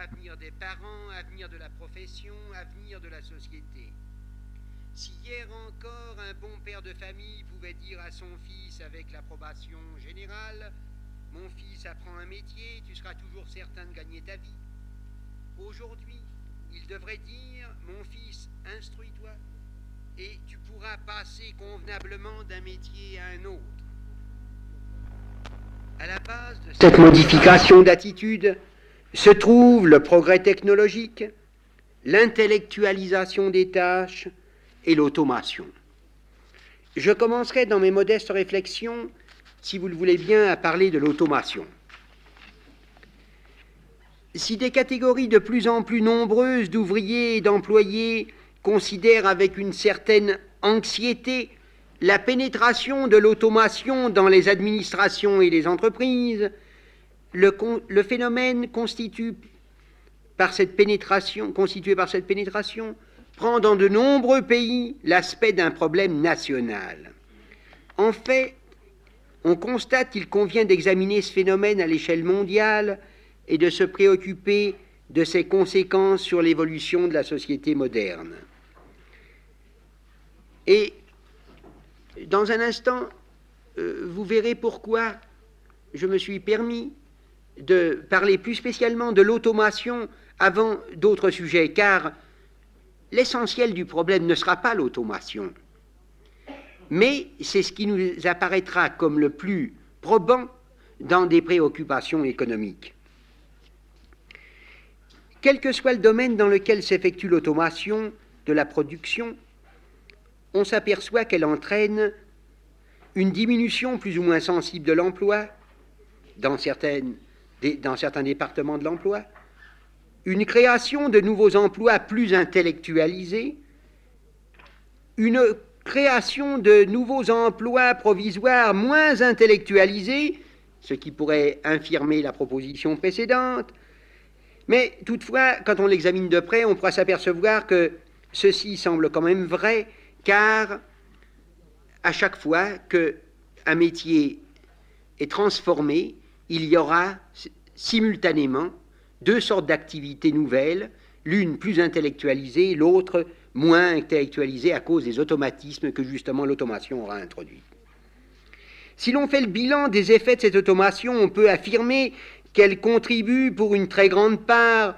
avenir des parents, avenir de la profession, avenir de la société. Si hier encore un bon père de famille pouvait dire à son fils avec l'approbation générale, « Mon fils apprend un métier, tu seras toujours certain de gagner ta vie », aujourd'hui, il devrait dire « Mon fils, instruis-toi et tu pourras passer convenablement d'un métier à un autre ». À la base de cette modification d'attitude se trouve le progrès technologique, l'intellectualisation des tâches et l'automation. Je commencerai dans mes modestes réflexions, si vous le voulez bien, à parler de l'automation. Si des catégories de plus en plus nombreuses d'ouvriers et d'employés considèrent avec une certaine anxiété la pénétration de l'automation dans les administrations et les entreprises, le phénomène constitué par cette pénétration prend dans de nombreux pays l'aspect d'un problème national. En fait, on constate qu'il convient d'examiner ce phénomène à l'échelle mondiale et de se préoccuper de ses conséquences sur l'évolution de la société moderne. Et dans un instant, vous verrez pourquoi je me suis permis de parler plus spécialement de l'automation avant d'autres sujets, car l'essentiel du problème ne sera pas l'automation, mais c'est ce qui nous apparaîtra comme le plus probant dans des préoccupations économiques. Quel que soit le domaine dans lequel s'effectue l'automation de la production, on s'aperçoit qu'elle entraîne une diminution plus ou moins sensible de l'emploi dans certains départements de l'emploi, une création de nouveaux emplois plus intellectualisés, une création de nouveaux emplois provisoires moins intellectualisés, ce qui pourrait infirmer la proposition précédente. Mais toutefois, quand on l'examine de près, on pourra s'apercevoir que ceci semble quand même vrai, car à chaque fois qu'un métier est transformé, il y aura simultanément deux sortes d'activités nouvelles, l'une plus intellectualisée, l'autre moins intellectualisée à cause des automatismes que justement l'automation aura introduits. Si l'on fait le bilan des effets de cette automation, on peut affirmer qu'elle contribue pour une très grande part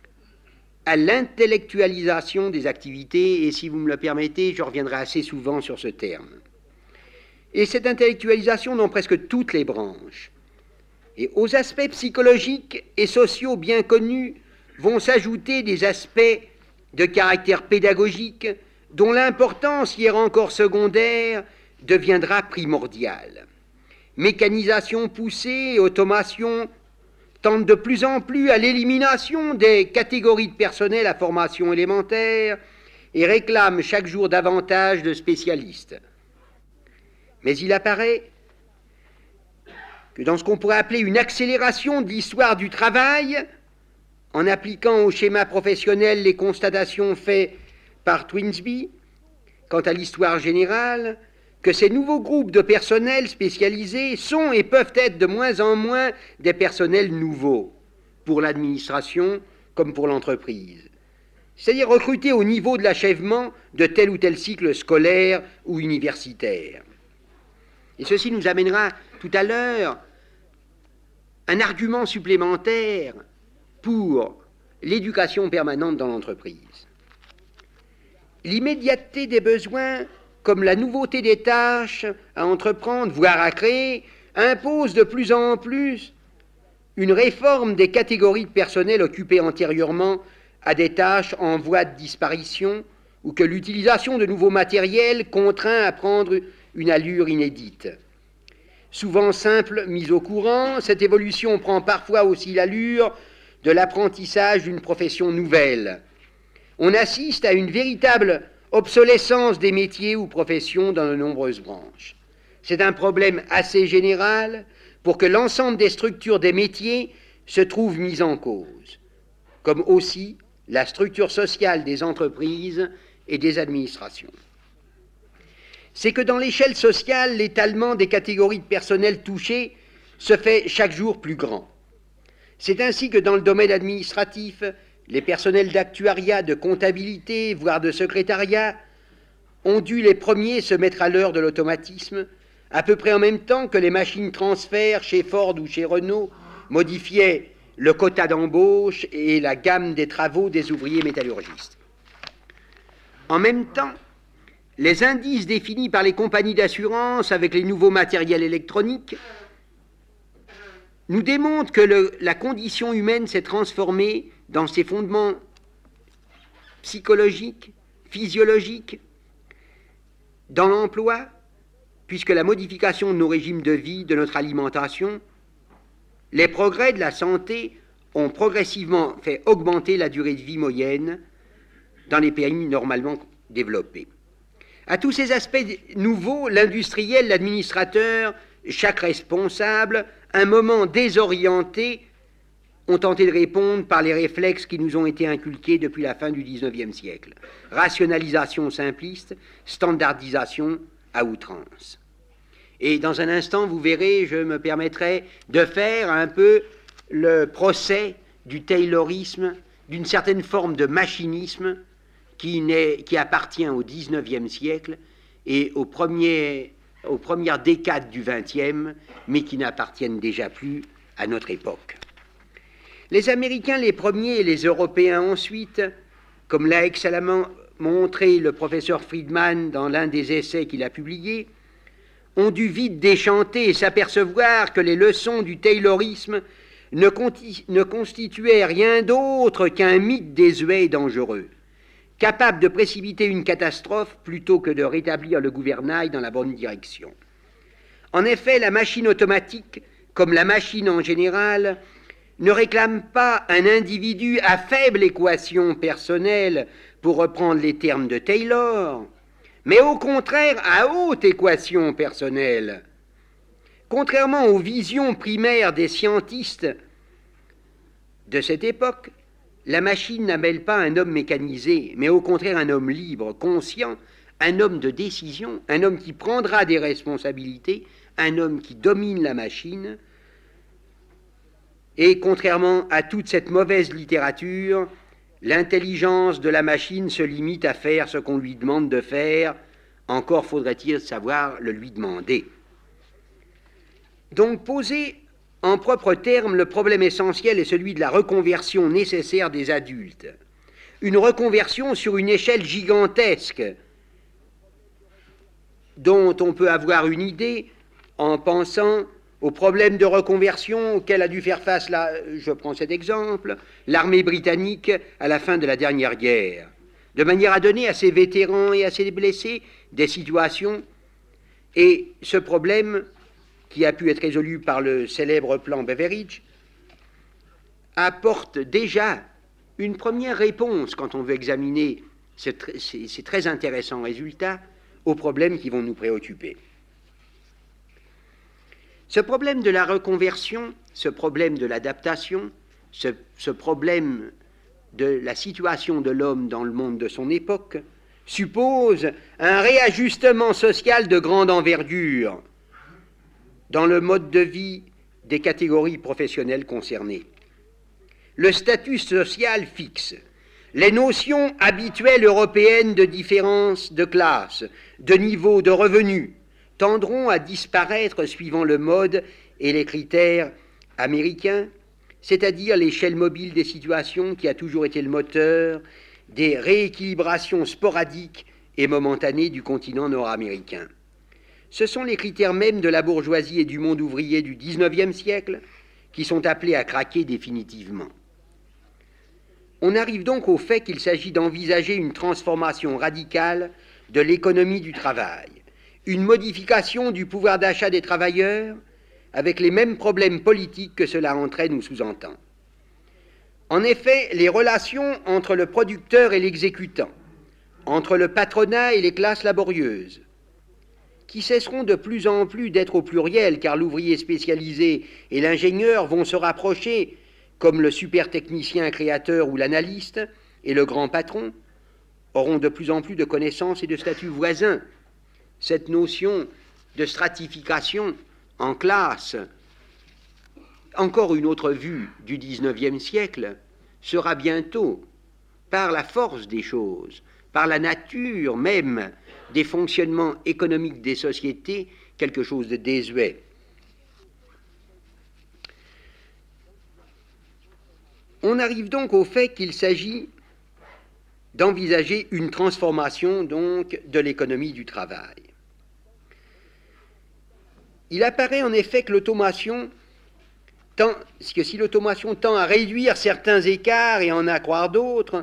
à l'intellectualisation des activités, et si vous me le permettez, je reviendrai assez souvent sur ce terme. Et cette intellectualisation dans presque toutes les branches. Et aux aspects psychologiques et sociaux bien connus vont s'ajouter des aspects de caractère pédagogique dont l'importance, hier encore secondaire, deviendra primordiale. Mécanisation poussée et automation tendent de plus en plus à l'élimination des catégories de personnel à formation élémentaire et réclament chaque jour davantage de spécialistes. Mais il apparaît que dans ce qu'on pourrait appeler une accélération de l'histoire du travail, en appliquant au schéma professionnel les constatations faites par Twinsby, quant à l'histoire générale, que ces nouveaux groupes de personnel spécialisés sont et peuvent être de moins en moins des personnels nouveaux, pour l'administration comme pour l'entreprise. C'est-à-dire recrutés au niveau de l'achèvement de tel ou tel cycle scolaire ou universitaire. Et ceci nous amènera tout à l'heure un argument supplémentaire pour l'éducation permanente dans l'entreprise. L'immédiateté des besoins, comme la nouveauté des tâches à entreprendre, voire à créer, impose de plus en plus une réforme des catégories de personnel occupées antérieurement à des tâches en voie de disparition ou que l'utilisation de nouveaux matériels contraint à prendre une allure inédite. Souvent simple mise au courant, cette évolution prend parfois aussi l'allure de l'apprentissage d'une profession nouvelle. On assiste à une véritable obsolescence des métiers ou professions dans de nombreuses branches. C'est un problème assez général pour que l'ensemble des structures des métiers se trouvent mises en cause, comme aussi la structure sociale des entreprises et des administrations. C'est que dans l'échelle sociale, l'étalement des catégories de personnel touchées se fait chaque jour plus grand. C'est ainsi que dans le domaine administratif, les personnels d'actuariat, de comptabilité, voire de secrétariat, ont dû les premiers se mettre à l'heure de l'automatisme, à peu près en même temps que les machines transfert chez Ford ou chez Renault modifiaient le quota d'embauche et la gamme des travaux des ouvriers métallurgistes. En même temps, les indices définis par les compagnies d'assurance avec les nouveaux matériels électroniques nous démontrent que la condition humaine s'est transformée dans ses fondements psychologiques, physiologiques, dans l'emploi, puisque la modification de nos régimes de vie, de notre alimentation, les progrès de la santé ont progressivement fait augmenter la durée de vie moyenne dans les pays normalement développés. À tous ces aspects nouveaux, l'industriel, l'administrateur, chaque responsable, un moment désorienté, ont tenté de répondre par les réflexes qui nous ont été inculqués depuis la fin du XIXe siècle. Rationalisation simpliste, standardisation à outrance. Et dans un instant, vous verrez, je me permettrai de faire un peu le procès du taylorisme, d'une certaine forme de machinisme qui appartient au XIXe siècle et aux premières décades du XXe, mais qui n'appartiennent déjà plus à notre époque. Les Américains les premiers et les Européens ensuite, comme l'a excellemment montré le professeur Friedman dans l'un des essais qu'il a publiés, ont dû vite déchanter et s'apercevoir que les leçons du taylorisme ne constituaient rien d'autre qu'un mythe désuet et dangereux, capable de précipiter une catastrophe plutôt que de rétablir le gouvernail dans la bonne direction. En effet, la machine automatique, comme la machine en général, ne réclame pas un individu à faible équation personnelle, pour reprendre les termes de Taylor, mais au contraire à haute équation personnelle. Contrairement aux visions primaires des scientistes de cette époque, la machine n'appelle pas un homme mécanisé, mais au contraire un homme libre, conscient, un homme de décision, un homme qui prendra des responsabilités, un homme qui domine la machine. Et contrairement à toute cette mauvaise littérature, l'intelligence de la machine se limite à faire ce qu'on lui demande de faire, encore faudrait-il savoir le lui demander. Donc poser en propres termes, le problème essentiel est celui de la reconversion nécessaire des adultes. Une reconversion sur une échelle gigantesque, dont on peut avoir une idée en pensant aux problèmes de reconversion auxquels a dû faire face, là, je prends cet exemple, l'armée britannique à la fin de la dernière guerre, de manière à donner à ses vétérans et à ses blessés des situations. Et ce problème, qui a pu être résolu par le célèbre plan Beveridge, apporte déjà une première réponse quand on veut examiner ces très intéressants résultats aux problèmes qui vont nous préoccuper. Ce problème de la reconversion, ce problème de l'adaptation, ce problème de la situation de l'homme dans le monde de son époque, suppose un réajustement social de grande envergure dans le mode de vie des catégories professionnelles concernées. Le statut social fixe, les notions habituelles européennes de différence de classe, de niveau de revenus, tendront à disparaître suivant le mode et les critères américains, c'est-à-dire l'échelle mobile des situations qui a toujours été le moteur des rééquilibrations sporadiques et momentanées du continent nord-américain. Ce sont les critères mêmes de la bourgeoisie et du monde ouvrier du XIXe siècle qui sont appelés à craquer définitivement. On arrive donc au fait qu'il s'agit d'envisager une transformation radicale de l'économie du travail, une modification du pouvoir d'achat des travailleurs avec les mêmes problèmes politiques que cela entraîne ou sous-entend. En effet, les relations entre le producteur et l'exécutant, entre le patronat et les classes laborieuses, qui cesseront de plus en plus d'être au pluriel, car l'ouvrier spécialisé et l'ingénieur vont se rapprocher, comme le super-technicien créateur ou l'analyste, et le grand patron, auront de plus en plus de connaissances et de statuts voisins. Cette notion de stratification en classe encore une autre vue du XIXe siècle, sera bientôt, par la force des choses, par la nature même des fonctionnements économiques des sociétés, quelque chose de désuet. On arrive donc au fait qu'il s'agit d'envisager une transformation donc de l'économie du travail. Il apparaît en effet que si l'automation tend à réduire certains écarts et en accroître d'autres,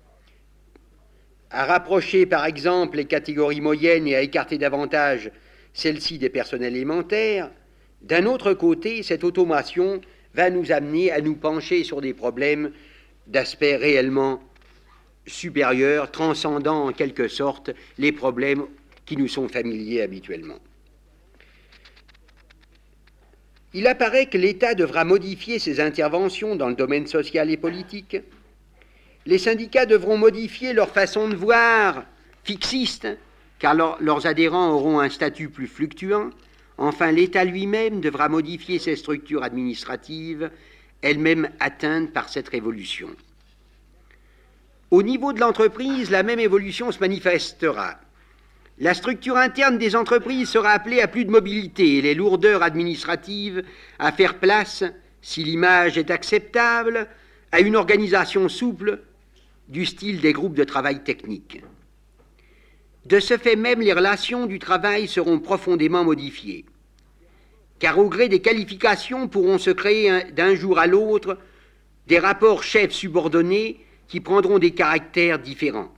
à rapprocher par exemple les catégories moyennes et à écarter davantage celles-ci des personnes élémentaires, d'un autre côté, cette automation va nous amener à nous pencher sur des problèmes d'aspect réellement supérieur, transcendant en quelque sorte les problèmes qui nous sont familiers habituellement. Il apparaît que l'État devra modifier ses interventions dans le domaine social et politique. Les syndicats devront modifier leur façon de voir fixiste, car leurs adhérents auront un statut plus fluctuant. Enfin, l'État lui-même devra modifier ses structures administratives, elles-mêmes atteintes par cette révolution. Au niveau de l'entreprise, la même évolution se manifestera. La structure interne des entreprises sera appelée à plus de mobilité et les lourdeurs administratives à faire place, si l'image est acceptable, à une organisation souple du style des groupes de travail technique. De ce fait même, les relations du travail seront profondément modifiées, car au gré des qualifications pourront se créer d'un jour à l'autre des rapports chefs-subordonnés qui prendront des caractères différents.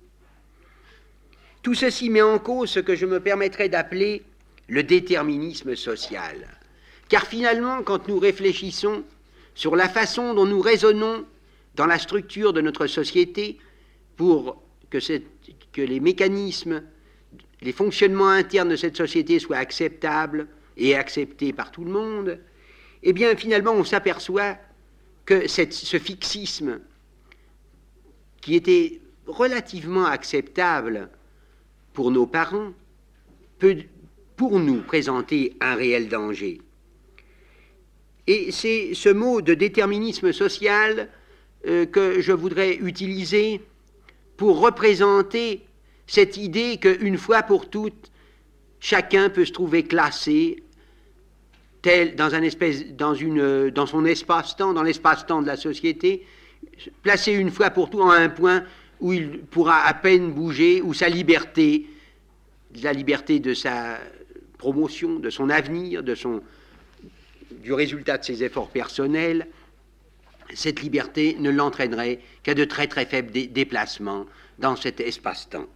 Tout ceci met en cause ce que je me permettrai d'appeler le déterminisme social. Car finalement, quand nous réfléchissons sur la façon dont nous raisonnons dans la structure de notre société pour que les mécanismes, les fonctionnements internes de cette société soient acceptables et acceptés par tout le monde, eh bien finalement on s'aperçoit que ce fixisme qui était relativement acceptable pour nos parents, peut pour nous présenter un réel danger. Et c'est ce mot de déterminisme social que je voudrais utiliser pour représenter cette idée qu'une fois pour toutes, chacun peut se trouver classé tel dans son espace-temps, dans l'espace-temps de la société, placé une fois pour toutes en un point où il pourra à peine bouger, où sa liberté, la liberté de sa promotion, de son avenir, du résultat de ses efforts personnels, cette liberté ne l'entraînerait qu'à de très très faibles déplacements dans cet espace-temps.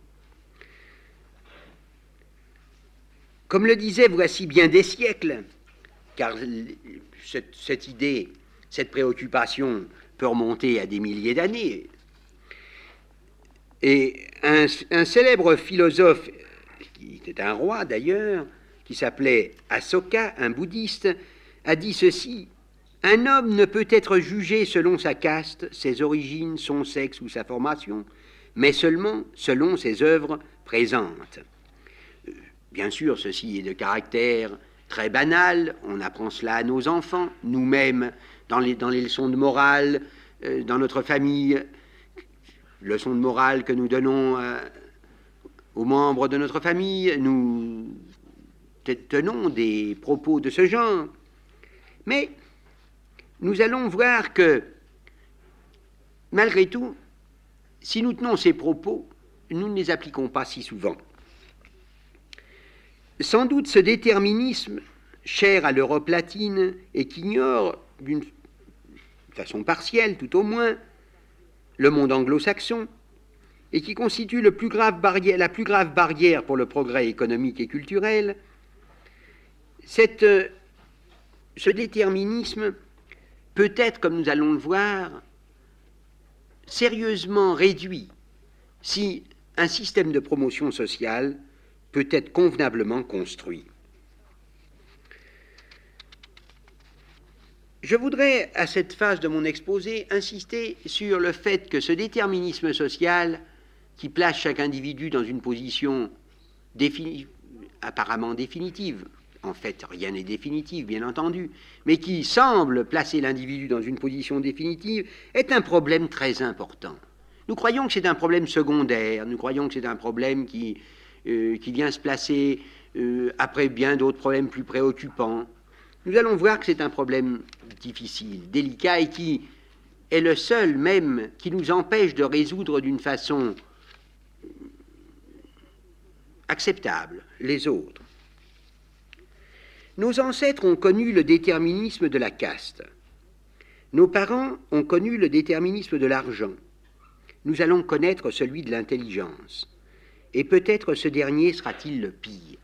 Comme le disait voici bien des siècles, car cette idée, cette préoccupation peut remonter à des milliers d'années, et un célèbre philosophe, qui était un roi d'ailleurs, qui s'appelait Asoka, un bouddhiste, a dit ceci: « Un homme ne peut être jugé selon sa caste, ses origines, son sexe ou sa formation, mais seulement selon ses œuvres présentes. » Bien sûr, ceci est de caractère très banal, on apprend cela à nos enfants, nous-mêmes, dans les leçons de morale, dans notre famille, leçons de morale que nous donnons aux membres de notre famille, nous tenons des propos de ce genre. Mais nous allons voir que, malgré tout, si nous tenons ces propos, nous ne les appliquons pas si souvent. Sans doute ce déterminisme, cher à l'Europe latine, et qu'ignore, d'une façon partielle tout au moins, le monde anglo-saxon, et qui constitue la plus grave barrière pour le progrès économique et culturel, ce déterminisme peut être, comme nous allons le voir, sérieusement réduit si un système de promotion sociale peut être convenablement construit. Je voudrais, à cette phase de mon exposé, insister sur le fait que ce déterminisme social, qui place chaque individu dans une position apparemment définitive, en fait rien n'est définitif, bien entendu, mais qui semble placer l'individu dans une position définitive, est un problème très important. Nous croyons que c'est un problème secondaire, nous croyons que c'est un problème qui vient se placer après bien d'autres problèmes plus préoccupants. Nous allons voir que c'est un problème difficile, délicat, et qui est le seul même qui nous empêche de résoudre d'une façon acceptable les autres. Nos ancêtres ont connu le déterminisme de la caste. Nos parents ont connu le déterminisme de l'argent. Nous allons connaître celui de l'intelligence. Et peut-être ce dernier sera-t-il le pire.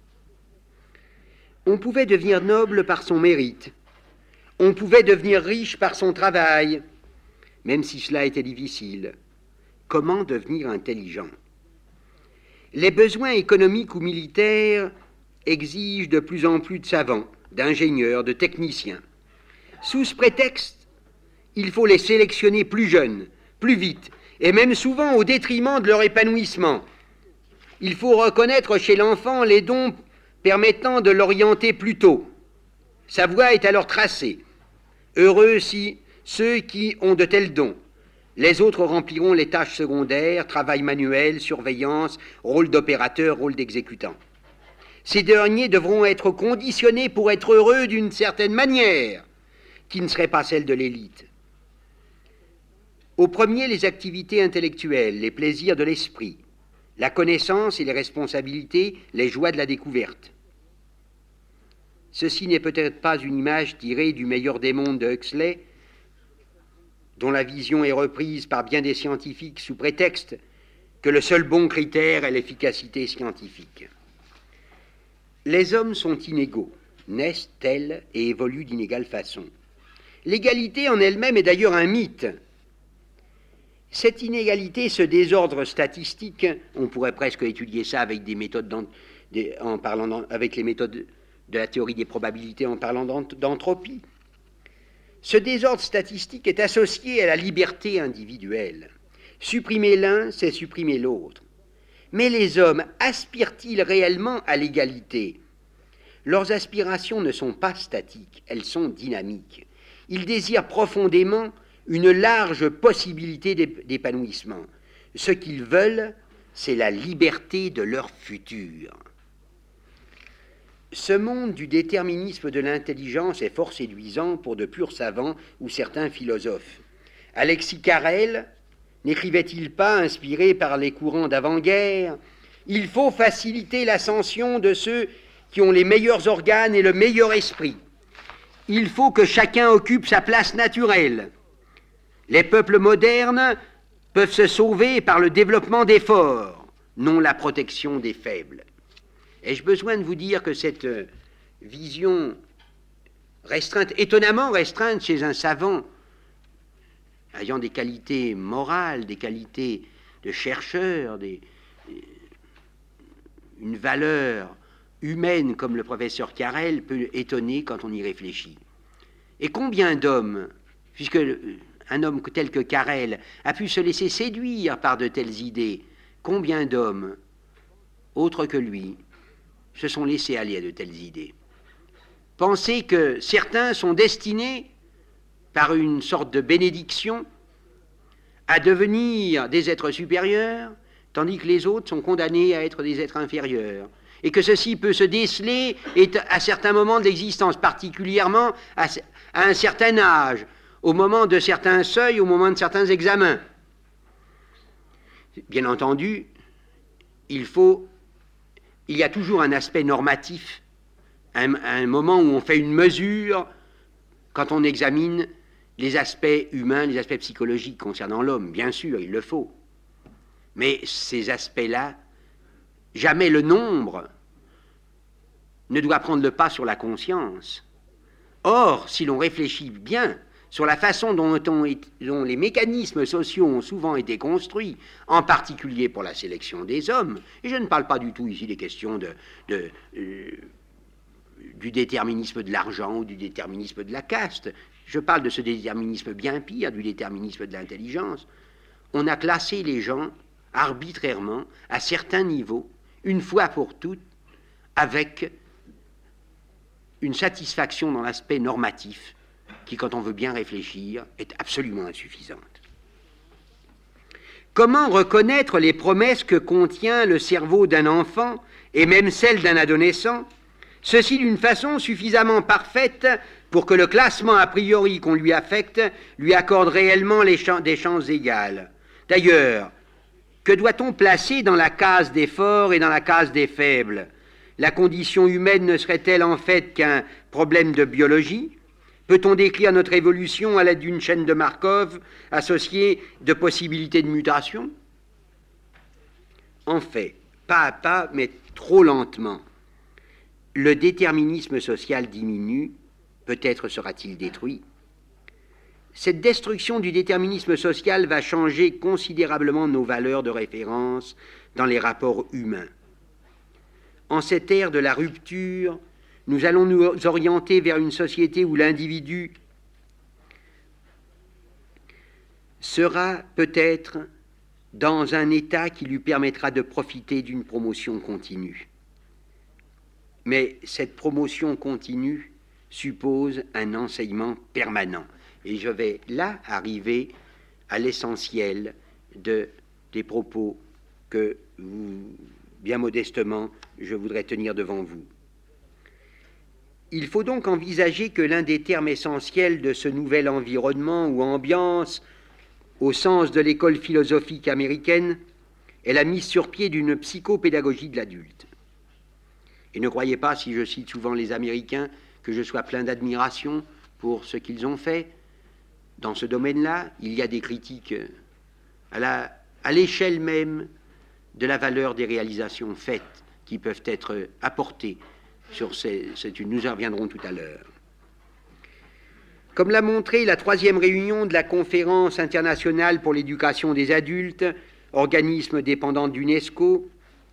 On pouvait devenir noble par son mérite. On pouvait devenir riche par son travail, même si cela était difficile. Comment devenir intelligent? Les besoins économiques ou militaires exigent de plus en plus de savants, d'ingénieurs, de techniciens. Sous ce prétexte, il faut les sélectionner plus jeunes, plus vite, et même souvent au détriment de leur épanouissement. Il faut reconnaître chez l'enfant les dons permettant de l'orienter plus tôt. Sa voie est alors tracée. Heureux si ceux qui ont de tels dons. Les autres rempliront les tâches secondaires, travail manuel, surveillance, rôle d'opérateur, rôle d'exécutant. Ces derniers devront être conditionnés pour être heureux d'une certaine manière, qui ne serait pas celle de l'élite. Au premier, les activités intellectuelles, les plaisirs de l'esprit, la connaissance et les responsabilités, les joies de la découverte. Ceci n'est peut-être pas une image tirée du meilleur des mondes de Huxley, dont la vision est reprise par bien des scientifiques sous prétexte que le seul bon critère est l'efficacité scientifique. Les hommes sont inégaux, naissent tels et évoluent d'inégale façon. L'égalité en elle-même est d'ailleurs un mythe. Cette inégalité, ce désordre statistique, on pourrait presque étudier ça avec des méthodes avec les méthodes de la théorie des probabilités en parlant d'entropie. Ce désordre statistique est associé à la liberté individuelle. Supprimer l'un, c'est supprimer l'autre. Mais les hommes aspirent-ils réellement à l'égalité? Leurs aspirations ne sont pas statiques, elles sont dynamiques. Ils désirent profondément une large possibilité d'épanouissement. Ce qu'ils veulent, c'est la liberté de leur futur. Ce monde du déterminisme de l'intelligence est fort séduisant pour de purs savants ou certains philosophes. Alexis Carrel n'écrivait-il pas, inspiré par les courants d'avant-guerre, « Il faut faciliter l'ascension de ceux qui ont les meilleurs organes et le meilleur esprit. Il faut que chacun occupe sa place naturelle. Les peuples modernes peuvent se sauver par le développement des forts, non la protection des faibles. » Ai-je besoin de vous dire que cette vision restreinte, étonnamment restreinte chez un savant, ayant des qualités morales, des qualités de chercheur, une valeur humaine comme le professeur Carrel, peut étonner quand on y réfléchit. Et combien d'hommes, puisque un homme tel que Carrel a pu se laisser séduire par de telles idées, combien d'hommes, autres que lui, se sont laissés aller à de telles idées. Penser que certains sont destinés, par une sorte de bénédiction, à devenir des êtres supérieurs, tandis que les autres sont condamnés à être des êtres inférieurs, et que ceci peut se déceler à certains moments de l'existence, particulièrement à un certain âge, au moment de certains seuils, au moment de certains examens. Bien entendu, il y a toujours un aspect normatif, un moment où on fait une mesure quand on examine les aspects humains, les aspects psychologiques concernant l'homme. Bien sûr, il le faut. Mais ces aspects-là, jamais le nombre ne doit prendre le pas sur la conscience. Or, si l'on réfléchit bien sur la façon dont les mécanismes sociaux ont souvent été construits, en particulier pour la sélection des hommes, et je ne parle pas du tout ici des questions du déterminisme de l'argent ou du déterminisme de la caste, je parle de ce déterminisme bien pire, du déterminisme de l'intelligence. On a classé les gens arbitrairement, à certains niveaux, une fois pour toutes, avec une satisfaction dans l'aspect normatif qui, quand on veut bien réfléchir, est absolument insuffisante. Comment reconnaître les promesses que contient le cerveau d'un enfant et même celles d'un adolescent, ceci d'une façon suffisamment parfaite pour que le classement a priori qu'on lui affecte lui accorde réellement des chances égales. D'ailleurs, que doit-on placer dans la case des forts et dans la case des faibles? La condition humaine ne serait-elle en fait qu'un problème de biologie? Peut-on décrire notre évolution à l'aide d'une chaîne de Markov associée de possibilités de mutation? En fait, pas à pas, mais trop lentement, le déterminisme social diminue, peut-être sera-t-il détruit. Cette destruction du déterminisme social va changer considérablement nos valeurs de référence dans les rapports humains. En cette ère de la rupture, nous allons nous orienter vers une société où l'individu sera peut-être dans un état qui lui permettra de profiter d'une promotion continue. Mais cette promotion continue suppose un enseignement permanent. Et je vais là arriver à l'essentiel des propos que, bien modestement, je voudrais tenir devant vous. Il faut donc envisager que l'un des termes essentiels de ce nouvel environnement ou ambiance, au sens de l'école philosophique américaine, est la mise sur pied d'une psychopédagogie de l'adulte. Et ne croyez pas, si je cite souvent les Américains, que je sois plein d'admiration pour ce qu'ils ont fait. Dans ce domaine-là, il y a des critiques à l'échelle même de la valeur des réalisations faites qui peuvent être apportées sur nous y reviendrons tout à l'heure. Comme l'a montré la 3e réunion de la Conférence internationale pour l'éducation des adultes, organisme dépendant d'UNESCO,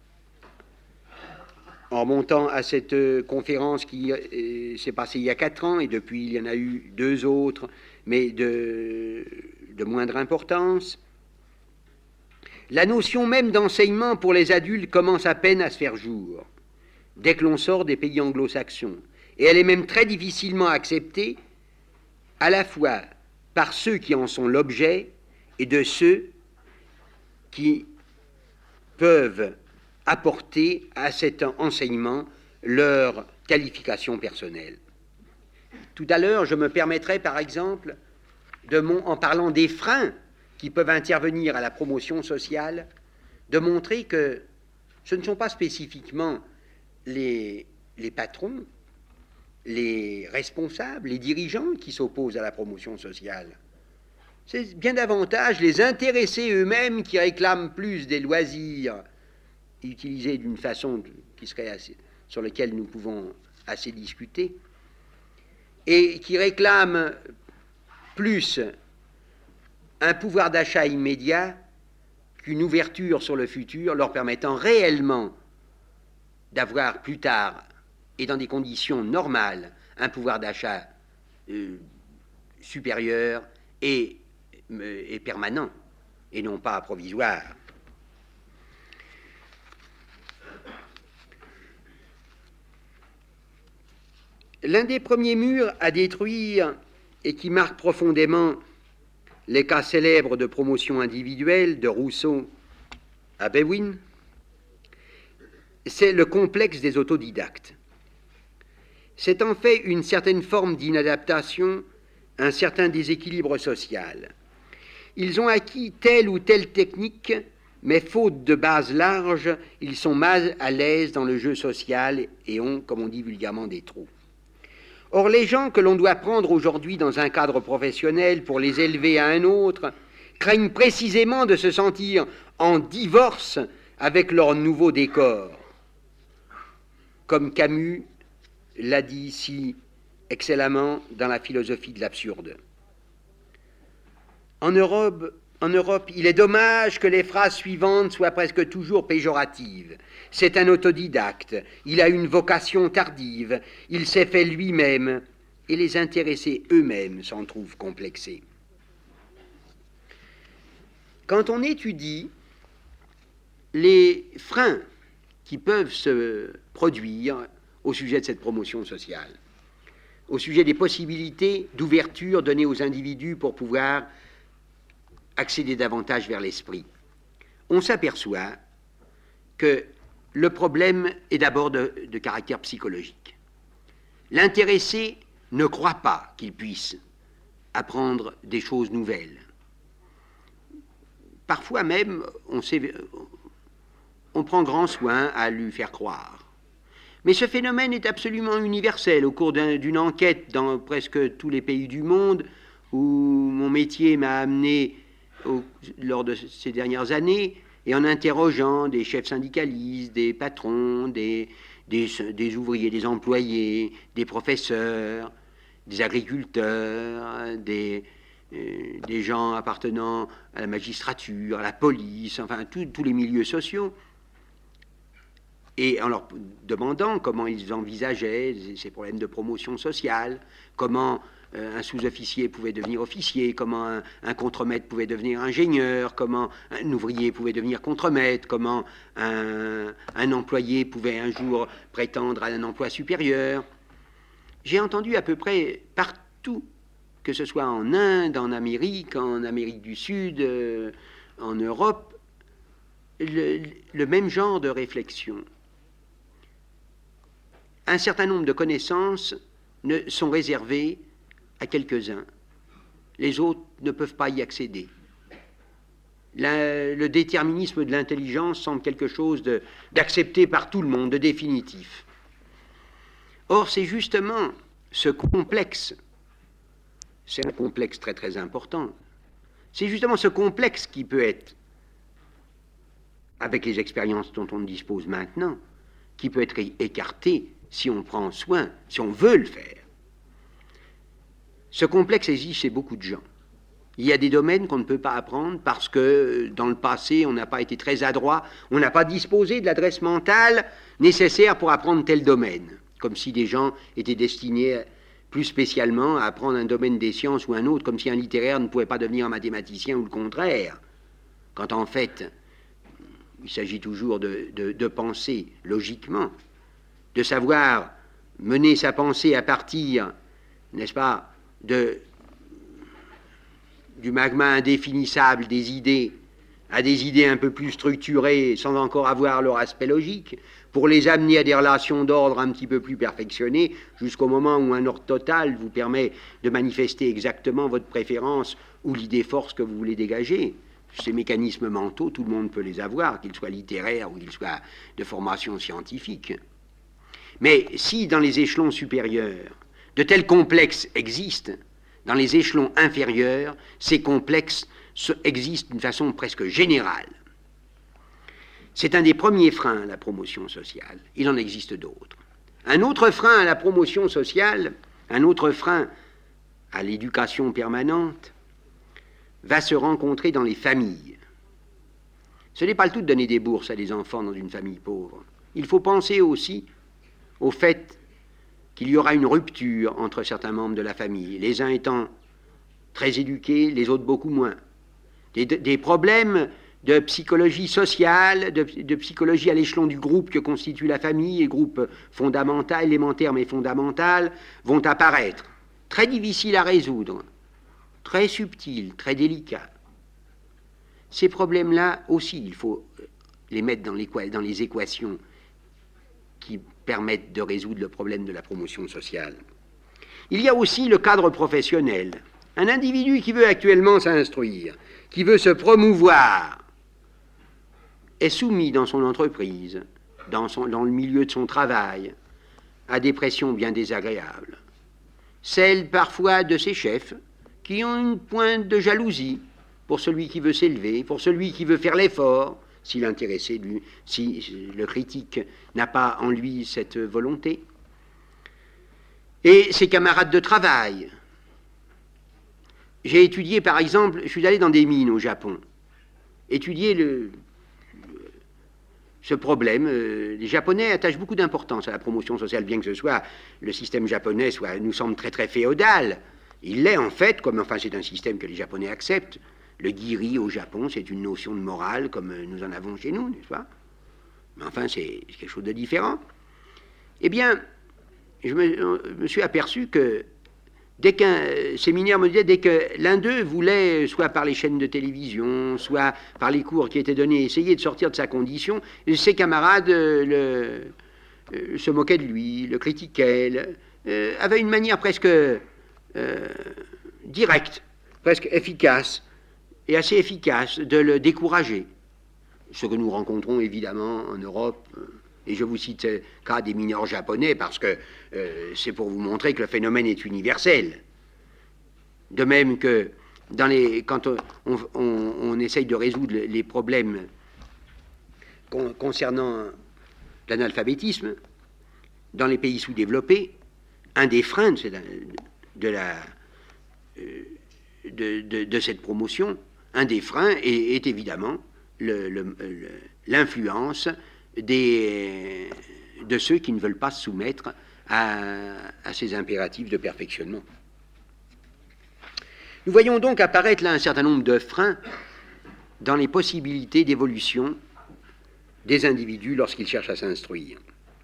en remontant à cette conférence qui s'est passée il y a 4 ans, et depuis il y en a eu 2 autres, mais de moindre importance, la notion même d'enseignement pour les adultes commence à peine à se faire jour, dès que l'on sort des pays anglo-saxons. Et elle est même très difficilement acceptée, à la fois par ceux qui en sont l'objet et de ceux qui peuvent apporter à cet enseignement leur qualification personnelle. Tout à l'heure, je me permettrai, par exemple, en parlant des freins qui peuvent intervenir à la promotion sociale, de montrer que ce ne sont pas spécifiquement les patrons, les responsables, les dirigeants qui s'opposent à la promotion sociale. C'est bien davantage les intéressés eux-mêmes qui réclament plus des loisirs utilisés d'une façon sur laquelle nous pouvons assez discuter, et qui réclament plus un pouvoir d'achat immédiat qu'une ouverture sur le futur leur permettant réellement d'avoir plus tard et dans des conditions normales un pouvoir d'achat supérieur et permanent et non pas provisoire. L'un des premiers murs à détruire et qui marque profondément les cas célèbres de promotion individuelle de Rousseau à Bawin, c'est le complexe des autodidactes. C'est en fait une certaine forme d'inadaptation, un certain déséquilibre social. Ils ont acquis telle ou telle technique, mais faute de base large, ils sont mal à l'aise dans le jeu social et ont, comme on dit vulgairement, des trous. Or, les gens que l'on doit prendre aujourd'hui dans un cadre professionnel pour les élever à un autre craignent précisément de se sentir en divorce avec leur nouveau décor. Comme Camus l'a dit si excellemment dans la philosophie de l'absurde. En Europe, il est dommage que les phrases suivantes soient presque toujours péjoratives. C'est un autodidacte, il a une vocation tardive, il s'est fait lui-même, et les intéressés eux-mêmes s'en trouvent complexés. Quand on étudie les freins qui peuvent se produire au sujet de cette promotion sociale, au sujet des possibilités d'ouverture données aux individus pour pouvoir accéder davantage vers l'esprit, on s'aperçoit que le problème est d'abord de caractère psychologique. L'intéressé ne croit pas qu'il puisse apprendre des choses nouvelles. Parfois même, on prend grand soin à lui faire croire. Mais ce phénomène est absolument universel. Au cours d'une enquête dans presque tous les pays du monde, où mon métier m'a amené lors de ces dernières années, et en interrogeant des chefs syndicalistes, des patrons, des ouvriers, des employés, des professeurs, des agriculteurs, des gens appartenant à la magistrature, à la police, enfin tous les milieux sociaux, et en leur demandant comment ils envisageaient ces problèmes de promotion sociale, comment un sous-officier pouvait devenir officier, comment un contremaître pouvait devenir ingénieur, comment un ouvrier pouvait devenir contremaître, comment un employé pouvait un jour prétendre à un emploi supérieur. J'ai entendu à peu près partout, que ce soit en Inde, en Amérique du Sud, en Europe, le même genre de réflexion. Un certain nombre de connaissances sont réservées à quelques-uns. Les autres ne peuvent pas y accéder. Le déterminisme de l'intelligence semble quelque chose d'accepté par tout le monde, de définitif. Or, c'est justement ce complexe, c'est un complexe très très important, c'est justement ce complexe qui peut être, avec les expériences dont on dispose maintenant, qui peut être écarté si on prend soin, si on veut le faire. Ce complexe existe chez beaucoup de gens. Il y a des domaines qu'on ne peut pas apprendre parce que dans le passé, on n'a pas été très adroit, on n'a pas disposé de l'adresse mentale nécessaire pour apprendre tel domaine, comme si des gens étaient destinés plus spécialement à apprendre un domaine des sciences ou un autre, comme si un littéraire ne pouvait pas devenir un mathématicien ou le contraire, quand en fait, il s'agit toujours de penser logiquement, de savoir mener sa pensée à partir, n'est-ce pas, du magma indéfinissable des idées à des idées un peu plus structurées sans encore avoir leur aspect logique, pour les amener à des relations d'ordre un petit peu plus perfectionnées, jusqu'au moment où un ordre total vous permet de manifester exactement votre préférence ou l'idée force que vous voulez dégager. Ces mécanismes mentaux, tout le monde peut les avoir, qu'ils soient littéraires ou qu'ils soient de formation scientifique. Mais si dans les échelons supérieurs, de tels complexes existent, dans les échelons inférieurs, ces complexes existent d'une façon presque générale. C'est un des premiers freins à la promotion sociale. Il en existe d'autres. Un autre frein à la promotion sociale, un autre frein à l'éducation permanente, va se rencontrer dans les familles. Ce n'est pas le tout de donner des bourses à des enfants dans une famille pauvre. Il faut penser aussi au fait qu'il y aura une rupture entre certains membres de la famille, les uns étant très éduqués, les autres beaucoup moins. Des problèmes de psychologie sociale, de psychologie à l'échelon du groupe que constitue la famille, et groupe fondamental, élémentaire mais fondamental, vont apparaître. Très difficiles à résoudre, très subtils, très délicats. Ces problèmes-là aussi, il faut les mettre dans les équations qui permettent de résoudre le problème de la promotion sociale. Il y a aussi le cadre professionnel. Un individu qui veut actuellement s'instruire, qui veut se promouvoir, est soumis dans son entreprise, dans le milieu de son travail, à des pressions bien désagréables. Celles parfois de ses chefs, qui ont une pointe de jalousie pour celui qui veut s'élever, pour celui qui veut faire l'effort, si l'intéressé, si le critique n'a pas en lui cette volonté. Et ses camarades de travail. J'ai étudié, par exemple, je suis allé dans des mines au Japon, étudier ce problème. Les Japonais attachent beaucoup d'importance à la promotion sociale, bien que ce soit le système japonais nous semble très très féodal. Il l'est en fait, c'est un système que les Japonais acceptent. Le giri au Japon, c'est une notion de morale comme nous en avons chez nous, n'est-ce pas? Mais enfin, c'est quelque chose de différent. Eh bien, je me suis aperçu que dès qu'un séminaire me disait, dès que l'un d'eux voulait, soit par les chaînes de télévision, soit par les cours qui étaient donnés, essayer de sortir de sa condition, ses camarades se moquaient de lui, le critiquaient, avaient une manière presque directe, presque efficace, et assez efficace de le décourager. Ce que nous rencontrons évidemment en Europe, et je vous cite le cas des mineurs japonais parce que c'est pour vous montrer que le phénomène est universel. De même que quand on essaye de résoudre les problèmes concernant l'analphabétisme, dans les pays sous-développés, un des freins de cette promotion, un des freins est évidemment l'influence de ceux qui ne veulent pas se soumettre à ces impératifs de perfectionnement. Nous voyons donc apparaître là un certain nombre de freins dans les possibilités d'évolution des individus lorsqu'ils cherchent à s'instruire.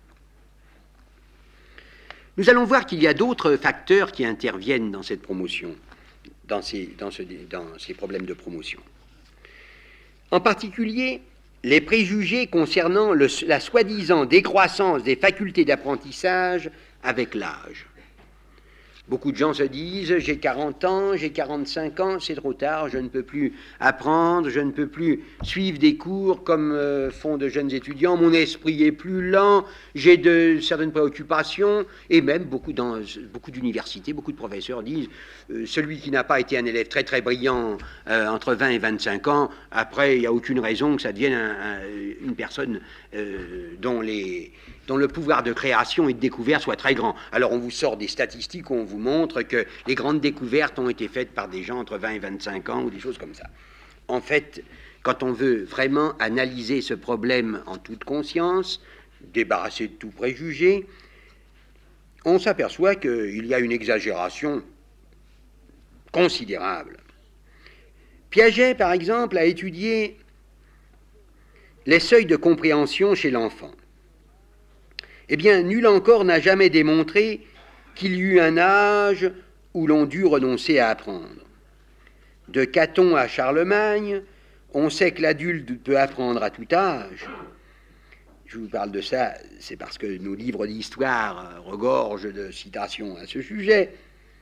Nous allons voir qu'il y a d'autres facteurs qui interviennent dans cette promotion, dans ces problèmes de promotion. En particulier, les préjugés concernant la soi-disant décroissance des facultés d'apprentissage avec l'âge. Beaucoup de gens se disent « j'ai 40 ans, j'ai 45 ans, c'est trop tard, je ne peux plus apprendre, je ne peux plus suivre des cours comme font de jeunes étudiants, mon esprit est plus lent, j'ai certaines préoccupations. » Et même beaucoup d'universités, beaucoup de professeurs disent celui qui n'a pas été un élève très très brillant entre 20 et 25 ans, après il n'y a aucune raison que ça devienne une personne dont le pouvoir de création et de découverte soit très grand. Alors on vous sort des statistiques où on vous montre que les grandes découvertes ont été faites par des gens entre 20 et 25 ans ou des choses comme ça. En fait, quand on veut vraiment analyser ce problème en toute conscience, débarrasser de tout préjugé, on s'aperçoit qu'il y a une exagération considérable. Piaget, par exemple, a étudié les seuils de compréhension chez l'enfant. Eh bien, nul encore n'a jamais démontré qu'il y eut un âge où l'on dut renoncer à apprendre. De Caton à Charlemagne, on sait que l'adulte peut apprendre à tout âge. Je vous parle de ça, c'est parce que nos livres d'histoire regorgent de citations à ce sujet.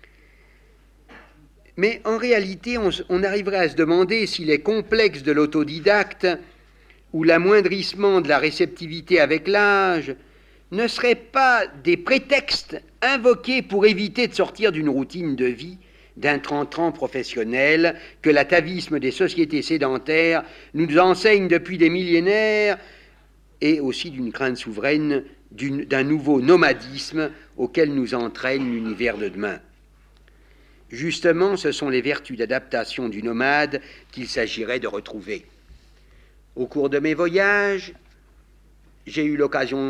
Mais en réalité, on arriverait à se demander si les complexes de l'autodidacte ou l'amoindrissement de la réceptivité avec l'âge ne seraient pas des prétextes invoqués pour éviter de sortir d'une routine de vie, d'un trantran professionnel que l'atavisme des sociétés sédentaires nous enseigne depuis des millénaires, et aussi d'une crainte souveraine d'un nouveau nomadisme auquel nous entraîne l'univers de demain. Justement, ce sont les vertus d'adaptation du nomade qu'il s'agirait de retrouver. Au cours de mes voyages, j'ai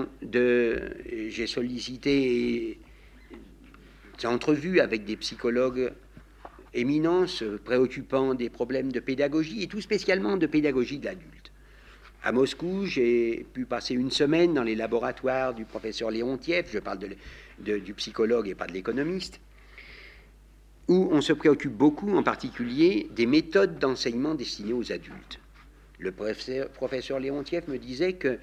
sollicité des entrevues avec des psychologues éminents se préoccupant des problèmes de pédagogie, et tout spécialement de pédagogie de l'adulte. À Moscou, j'ai pu passer une semaine dans les laboratoires du professeur Léontiev, je parle du psychologue et pas de l'économiste, où on se préoccupe beaucoup, en particulier, des méthodes d'enseignement destinées aux adultes. Le professeur Léontiev me disait que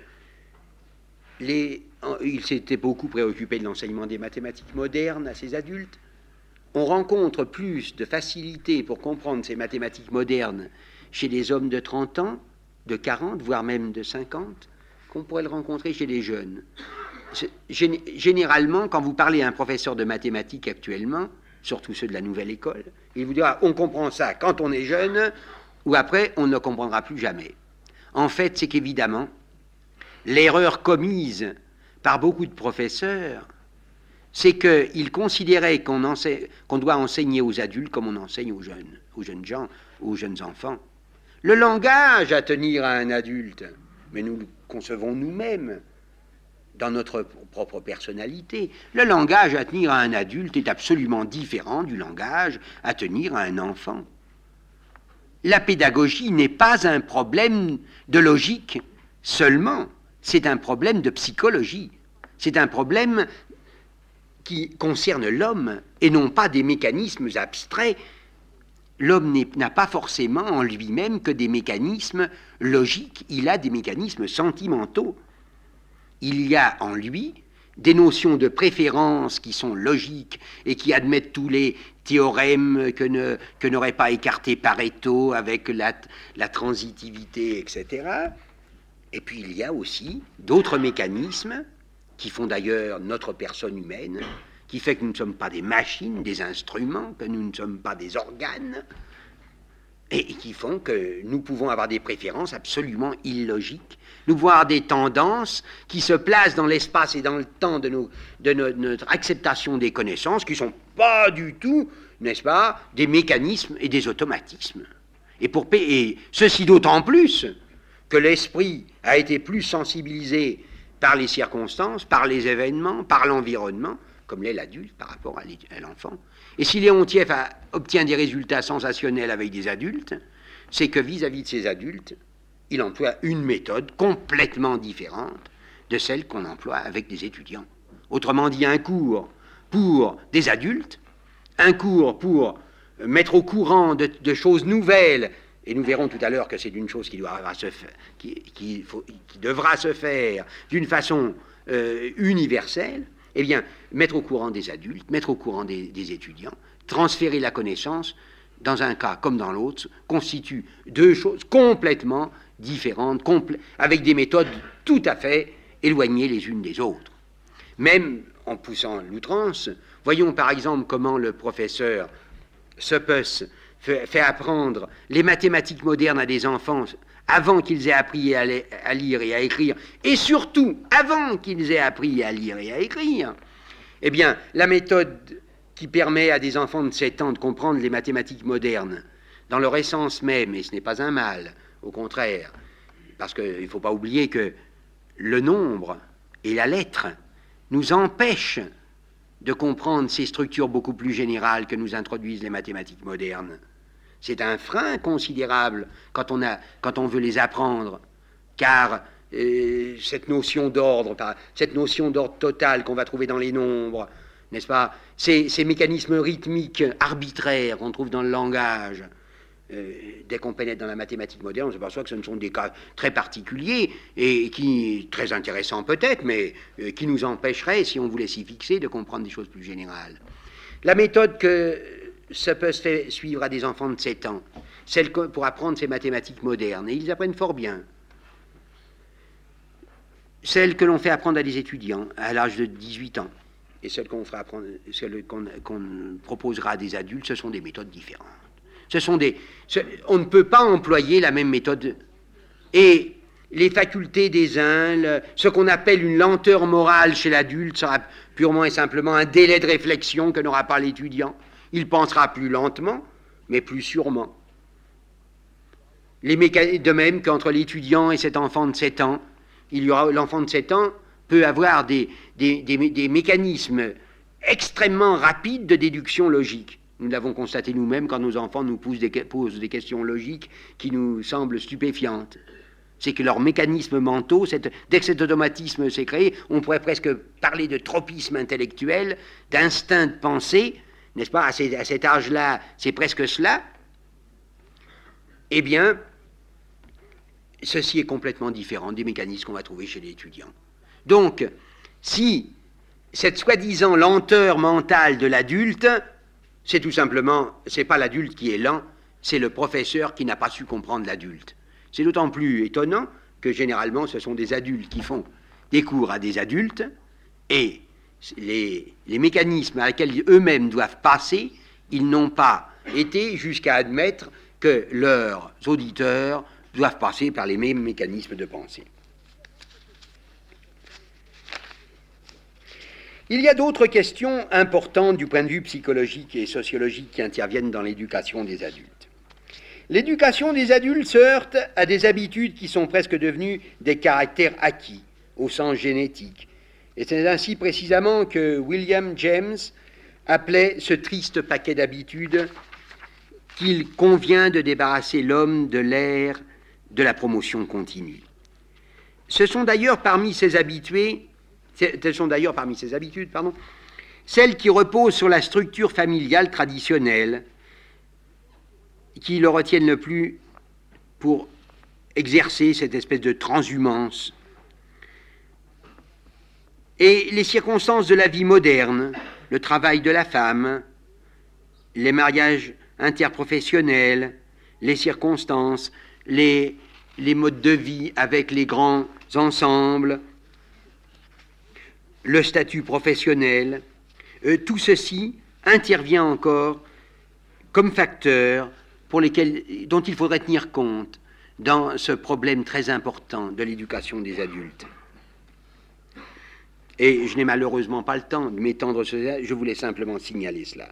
il s'était beaucoup préoccupé de l'enseignement des mathématiques modernes à ses adultes. On rencontre plus de facilité pour comprendre ces mathématiques modernes chez les hommes de 30 ans, de 40, voire même de 50, qu'on pourrait le rencontrer chez les jeunes. Généralement, quand vous parlez à un professeur de mathématiques actuellement, surtout ceux de la nouvelle école, il vous dira « on comprend ça quand on est jeune » ou après « on ne comprendra plus jamais ». En fait, c'est qu'évidemment, l'erreur commise par beaucoup de professeurs, c'est qu'ils considéraient qu'on doit enseigner aux adultes comme on enseigne aux jeunes gens, aux jeunes enfants. Le langage à tenir à un adulte, mais nous le concevons nous-mêmes dans notre propre personnalité. Le langage à tenir à un adulte est absolument différent du langage à tenir à un enfant. La pédagogie n'est pas un problème de logique seulement, c'est un problème de psychologie. C'est un problème qui concernent l'homme et non pas des mécanismes abstraits. L'homme n'a pas forcément en lui-même que des mécanismes logiques, il a des mécanismes sentimentaux. Il y a en lui des notions de préférence qui sont logiques et qui admettent tous les théorèmes que n'aurait pas écarté Pareto avec la transitivité, etc. Et puis il y a aussi d'autres mécanismes qui font d'ailleurs notre personne humaine, qui fait que nous ne sommes pas des machines, des instruments, que nous ne sommes pas des organes, et qui font que nous pouvons avoir des préférences absolument illogiques. Nous pouvons avoir des tendances qui se placent dans l'espace et dans le temps de notre acceptation des connaissances, qui ne sont pas du tout, n'est-ce pas, des mécanismes et des automatismes. Et ceci d'autant plus que l'esprit a été plus sensibilisé par les circonstances, par les événements, par l'environnement, comme l'est l'adulte par rapport à l'enfant. Et si Léon Tief obtient des résultats sensationnels avec des adultes, c'est que vis-à-vis de ces adultes, il emploie une méthode complètement différente de celle qu'on emploie avec des étudiants. Autrement dit, un cours pour des adultes, un cours pour mettre au courant de choses nouvelles, et nous verrons tout à l'heure que c'est une chose qui devra se faire d'une façon universelle. Eh bien, mettre au courant des adultes, mettre au courant des étudiants, transférer la connaissance, dans un cas comme dans l'autre, constitue deux choses complètement différentes, avec des méthodes tout à fait éloignées les unes des autres. Même en poussant l'outrance, voyons par exemple comment le professeur Seppes fait apprendre les mathématiques modernes à des enfants avant qu'ils aient appris à lire et à écrire, et surtout avant qu'ils aient appris à lire et à écrire. Eh bien, la méthode qui permet à des enfants de 7 ans de comprendre les mathématiques modernes dans leur essence même, et ce n'est pas un mal, au contraire, parce qu'il ne faut pas oublier que le nombre et la lettre nous empêchent de comprendre ces structures beaucoup plus générales que nous introduisent les mathématiques modernes. C'est un frein considérable quand on veut les apprendre, car cette notion d'ordre total qu'on va trouver dans les nombres, n'est-ce pas, ces mécanismes rythmiques arbitraires qu'on trouve dans le langage, dès qu'on pénètre dans la mathématique moderne, on s'aperçoit que ce ne sont des cas très particuliers et qui, très intéressants peut-être, mais qui nous empêcheraient, si on voulait s'y fixer, de comprendre des choses plus générales. La méthode que ça peut se faire suivre à des enfants de 7 ans, celle pour apprendre ces mathématiques modernes, et ils apprennent fort bien. Celle que l'on fait apprendre à des étudiants à l'âge de 18 ans, et celle qu'on proposera à des adultes, ce sont des méthodes différentes. On ne peut pas employer la même méthode. Et les facultés des uns, ce qu'on appelle une lenteur morale chez l'adulte sera purement et simplement un délai de réflexion que n'aura pas l'étudiant. Il pensera plus lentement, mais plus sûrement. De même qu'entre l'étudiant et cet enfant de 7 ans, l'enfant de 7 ans peut avoir des mécanismes extrêmement rapides de déduction logique. Nous l'avons constaté nous-mêmes quand nos enfants nous posent des questions logiques qui nous semblent stupéfiantes. C'est que leurs mécanismes mentaux, dès que cet automatisme s'est créé, on pourrait presque parler de tropisme intellectuel, d'instinct de pensée, n'est-ce pas, à cet âge-là, c'est presque cela. Eh bien, ceci est complètement différent des mécanismes qu'on va trouver chez les étudiants. Donc, si cette soi-disant lenteur mentale de l'adulte, c'est tout simplement, c'est pas l'adulte qui est lent, c'est le professeur qui n'a pas su comprendre l'adulte. C'est d'autant plus étonnant que généralement ce sont des adultes qui font des cours à des adultes et les mécanismes à lesquels eux-mêmes doivent passer, ils n'ont pas été jusqu'à admettre que leurs auditeurs doivent passer par les mêmes mécanismes de pensée. Il y a d'autres questions importantes du point de vue psychologique et sociologique qui interviennent dans l'éducation des adultes. L'éducation des adultes se heurte à des habitudes qui sont presque devenues des caractères acquis, au sens génétique. Et c'est ainsi précisément que William James appelait ce triste paquet d'habitudes qu'il convient de débarrasser l'homme de l'ère de la promotion continue. Ce sont d'ailleurs parmi ces habitudes, celles qui reposent sur la structure familiale traditionnelle, qui le retiennent le plus pour exercer cette espèce de transhumance. Et les circonstances de la vie moderne, le travail de la femme, les mariages interprofessionnels, les circonstances, les modes de vie avec les grands ensembles, le statut professionnel, tout ceci intervient encore comme facteur dont il faudrait tenir compte dans ce problème très important de l'éducation des adultes. Et je n'ai malheureusement pas le temps de m'étendre sur ça, je voulais simplement signaler cela.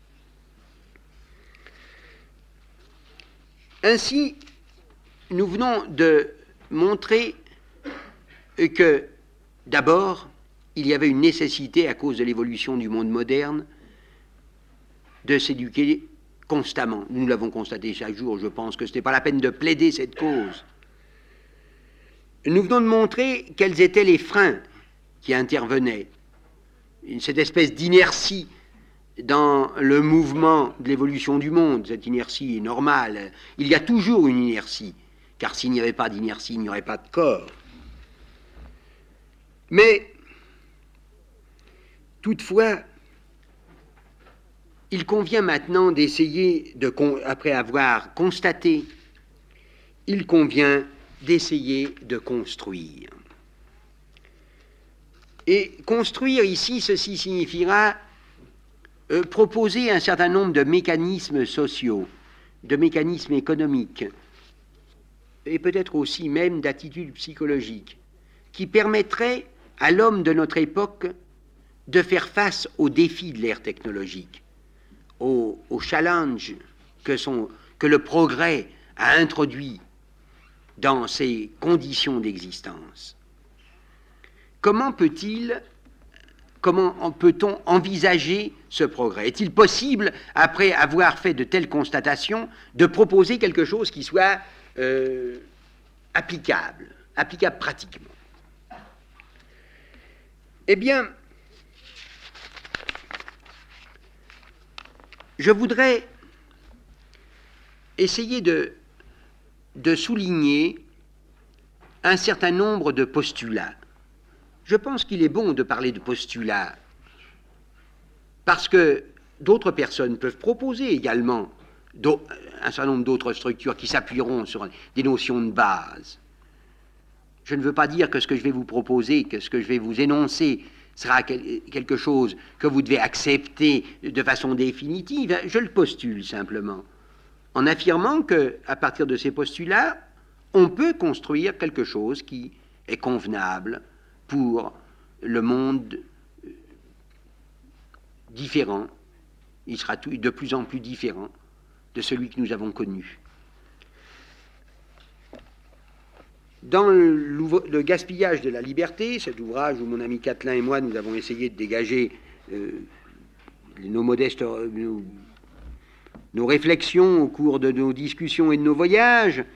Ainsi, nous venons de montrer que, d'abord, il y avait une nécessité, à cause de l'évolution du monde moderne, de s'éduquer constamment. Nous l'avons constaté chaque jour, je pense que ce n'était pas la peine de plaider cette cause. Nous venons de montrer quels étaient les freins qui intervenaient, cette espèce d'inertie dans le mouvement de l'évolution du monde. Cette inertie est normale. Il y a toujours une inertie, car s'il n'y avait pas d'inertie, il n'y aurait pas de corps. Mais, toutefois, il convient maintenant d'essayer, après avoir constaté, il convient d'essayer de construire. Et construire ici, ceci signifiera proposer un certain nombre de mécanismes sociaux, de mécanismes économiques, et peut-être aussi même d'attitudes psychologiques, qui permettraient à l'homme de notre époque de faire face aux défis de l'ère technologique, aux challenges que le progrès a introduits dans ces conditions d'existence. Comment peut-on envisager ce progrès? Est-il possible, après avoir fait de telles constatations, de proposer quelque chose qui soit applicable pratiquement? Eh bien, je voudrais essayer de souligner un certain nombre de postulats. Je pense qu'il est bon de parler de postulats, parce que d'autres personnes peuvent proposer également un certain nombre d'autres structures qui s'appuieront sur des notions de base. Je ne veux pas dire que ce que je vais vous proposer, que ce que je vais vous énoncer sera quelque chose que vous devez accepter de façon définitive. Je le postule simplement, en affirmant qu'à partir de ces postulats, on peut construire quelque chose qui est convenable pour le monde différent. Il sera de plus en plus différent de celui que nous avons connu. Dans le gaspillage de la liberté, cet ouvrage où mon ami Catelin et moi, nous avons essayé de dégager nos réflexions au cours de nos discussions et de nos voyages,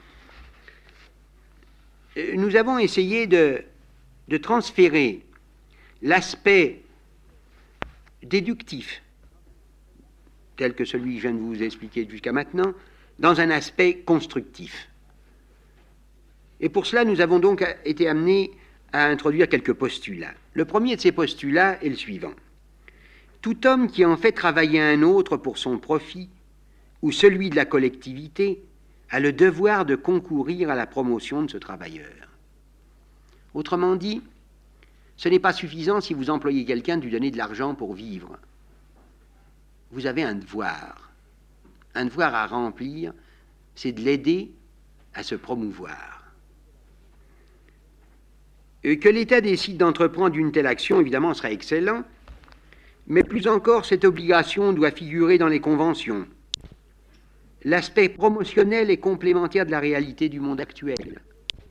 nous avons essayé de transférer l'aspect déductif, tel que celui que je viens de vous expliquer jusqu'à maintenant, dans un aspect constructif. Et pour cela, nous avons donc été amenés à introduire quelques postulats. Le premier de ces postulats est le suivant. Tout homme qui en fait travailler un autre pour son profit ou celui de la collectivité a le devoir de concourir à la promotion de ce travailleur. Autrement dit, ce n'est pas suffisant si vous employez quelqu'un de lui donner de l'argent pour vivre. Vous avez un devoir à remplir, c'est de l'aider à se promouvoir. Que l'État décide d'entreprendre une telle action, évidemment, serait excellent, mais plus encore, cette obligation doit figurer dans les conventions. L'aspect promotionnel est complémentaire de la réalité du monde actuel.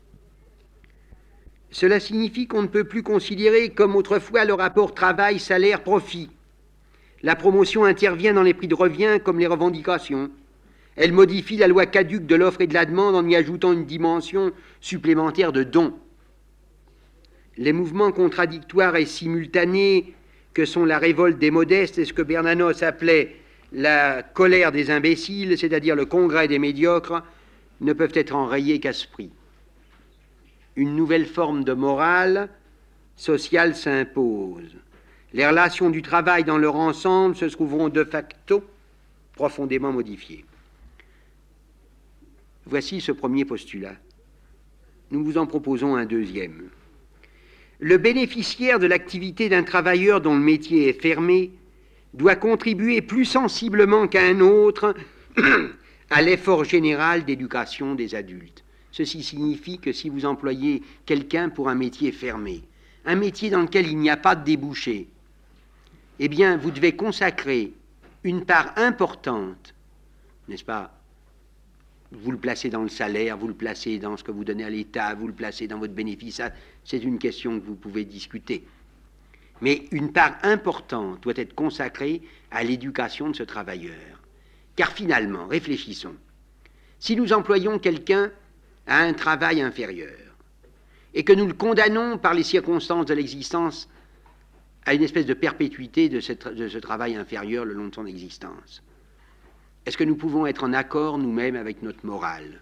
Cela signifie qu'on ne peut plus considérer comme autrefois le rapport travail, salaire, profit. La promotion intervient dans les prix de revient comme les revendications. Elle modifie la loi caduque de l'offre et de la demande en y ajoutant une dimension supplémentaire de don. Les mouvements contradictoires et simultanés que sont la révolte des modestes et ce que Bernanos appelait la colère des imbéciles, c'est-à-dire le congrès des médiocres, ne peuvent être enrayés qu'à ce prix. Une nouvelle forme de morale sociale s'impose. Les relations du travail dans leur ensemble se trouveront de facto profondément modifiées. Voici ce premier postulat. Nous vous en proposons un deuxième. Le bénéficiaire de l'activité d'un travailleur dont le métier est fermé doit contribuer plus sensiblement qu'un autre à l'effort général d'éducation des adultes. Ceci signifie que si vous employez quelqu'un pour un métier fermé, un métier dans lequel il n'y a pas de débouché, eh bien, vous devez consacrer une part importante, n'est-ce pas? Vous le placez dans le salaire, vous le placez dans ce que vous donnez à l'État, vous le placez dans votre bénéfice, c'est une question que vous pouvez discuter. Mais une part importante doit être consacrée à l'éducation de ce travailleur. Car finalement, réfléchissons, si nous employons quelqu'un à un travail inférieur, et que nous le condamnons par les circonstances de l'existence à une espèce de perpétuité de ce travail inférieur le long de son existence, est-ce que nous pouvons être en accord nous-mêmes avec notre morale?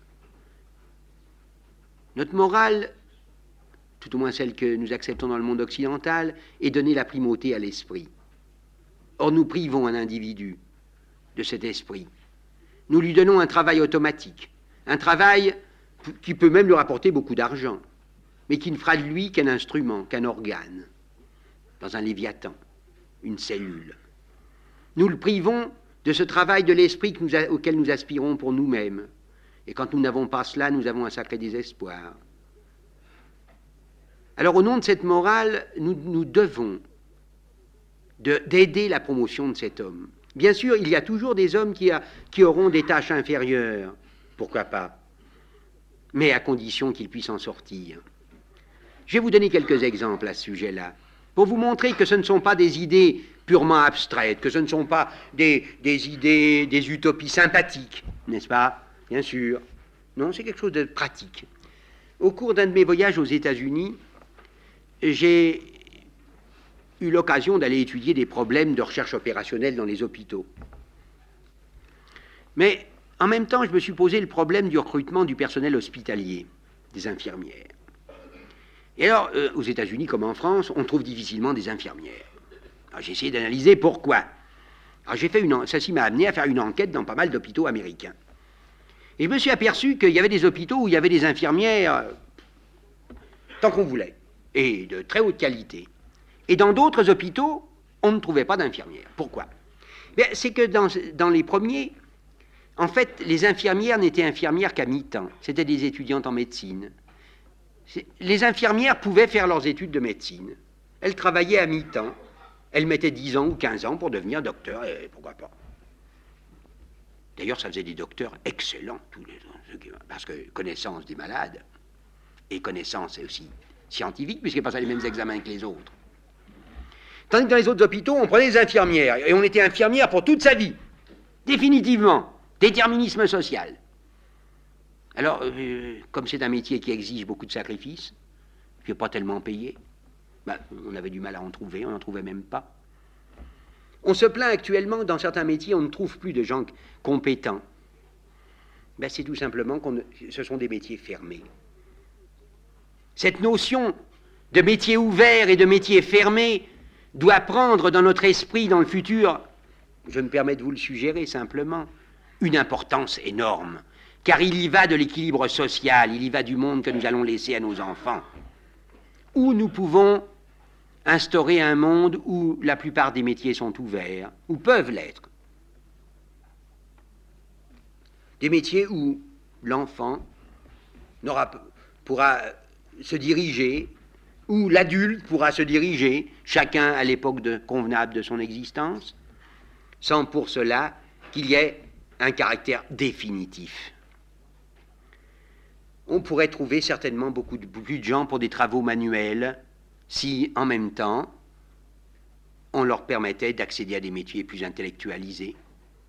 Notre morale, tout au moins celle que nous acceptons dans le monde occidental, est donner la primauté à l'esprit. Or, nous privons un individu de cet esprit. Nous lui donnons un travail automatique, un travail qui peut même lui rapporter beaucoup d'argent, mais qui ne fera de lui qu'un instrument, qu'un organe, dans un léviathan, une cellule. Nous le privons de ce travail de l'esprit auquel nous aspirons pour nous-mêmes. Et quand nous n'avons pas cela, nous avons un sacré désespoir. Alors, au nom de cette morale, nous devons d'aider la promotion de cet homme. Bien sûr, il y a toujours des hommes qui auront des tâches inférieures, pourquoi pas, mais à condition qu'ils puissent en sortir. Je vais vous donner quelques exemples à ce sujet-là, pour vous montrer que ce ne sont pas des idées purement abstraites, que ce ne sont pas des idées, des utopies sympathiques, n'est-ce pas? Bien sûr. Non, c'est quelque chose de pratique. Au cours d'un de mes voyages aux États-Unis, j'ai eu l'occasion d'aller étudier des problèmes de recherche opérationnelle dans les hôpitaux. Mais en même temps, je me suis posé le problème du recrutement du personnel hospitalier, des infirmières. Et alors, aux États-Unis comme en France, on trouve difficilement des infirmières. Alors, j'ai essayé d'analyser pourquoi. Alors, ceci m'a amené à faire une enquête dans pas mal d'hôpitaux américains. Et je me suis aperçu qu'il y avait des hôpitaux où il y avait des infirmières tant qu'on voulait, et de très haute qualité. Et dans d'autres hôpitaux, on ne trouvait pas d'infirmières. Pourquoi? C'est que dans les premiers, en fait, les infirmières n'étaient infirmières qu'à mi-temps. C'était des étudiantes en médecine. Les infirmières pouvaient faire leurs études de médecine. Elles travaillaient à mi-temps. Elles mettaient 10 ans ou 15 ans pour devenir docteur, et pourquoi pas. D'ailleurs, ça faisait des docteurs excellents, parce que connaissance des malades, et connaissance aussi scientifique, puisqu'ils passaient les mêmes examens que les autres. Tandis que dans les autres hôpitaux, on prenait des infirmières, et on était infirmière pour toute sa vie, définitivement. Déterminisme social. Alors, comme c'est un métier qui exige beaucoup de sacrifices, qui n'est pas tellement payé, on avait du mal à en trouver, on n'en trouvait même pas. On se plaint actuellement, dans certains métiers, on ne trouve plus de gens compétents. C'est tout simplement que ce sont des métiers fermés. Cette notion de métier ouvert et de métier fermé doit prendre dans notre esprit, dans le futur, je me permets de vous le suggérer simplement, une importance énorme, car il y va de l'équilibre social, il y va du monde que nous allons laisser à nos enfants, où nous pouvons instaurer un monde où la plupart des métiers sont ouverts, ou peuvent l'être. Des métiers où l'enfant pourra se diriger, où l'adulte pourra se diriger, chacun à l'époque convenable de son existence, sans pour cela qu'il y ait un caractère définitif. On pourrait trouver certainement beaucoup plus de gens pour des travaux manuels si, en même temps, on leur permettait d'accéder à des métiers plus intellectualisés.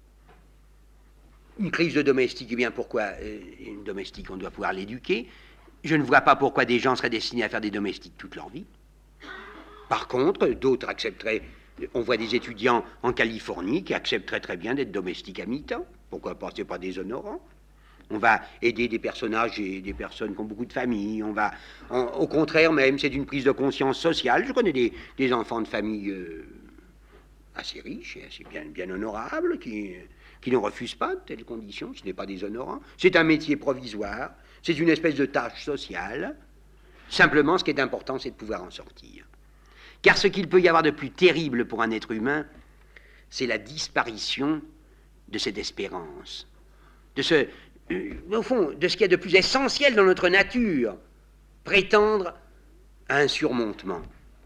Une crise de domestique, pourquoi une domestique, on doit pouvoir l'éduquer. Je ne vois pas pourquoi des gens seraient destinés à faire des domestiques toute leur vie. Par contre, d'autres accepteraient On voit des étudiants en Californie qui acceptent très très bien d'être domestiques à mi-temps. Pourquoi pas? C'est pas déshonorant. On va aider des personnes âgées, des personnes qui ont beaucoup de familles. Au contraire même, c'est une prise de conscience sociale. Je connais des enfants de famille assez riches et assez bien honorables qui ne refusent pas de telles conditions. Ce n'est pas déshonorant. C'est un métier provisoire. C'est une espèce de tâche sociale. Simplement, ce qui est important, c'est de pouvoir en sortir. Car ce qu'il peut y avoir de plus terrible pour un être humain, c'est la disparition de cette espérance, au fond, de ce qu'il y a de plus essentiel dans notre nature, prétendre à un surmontement.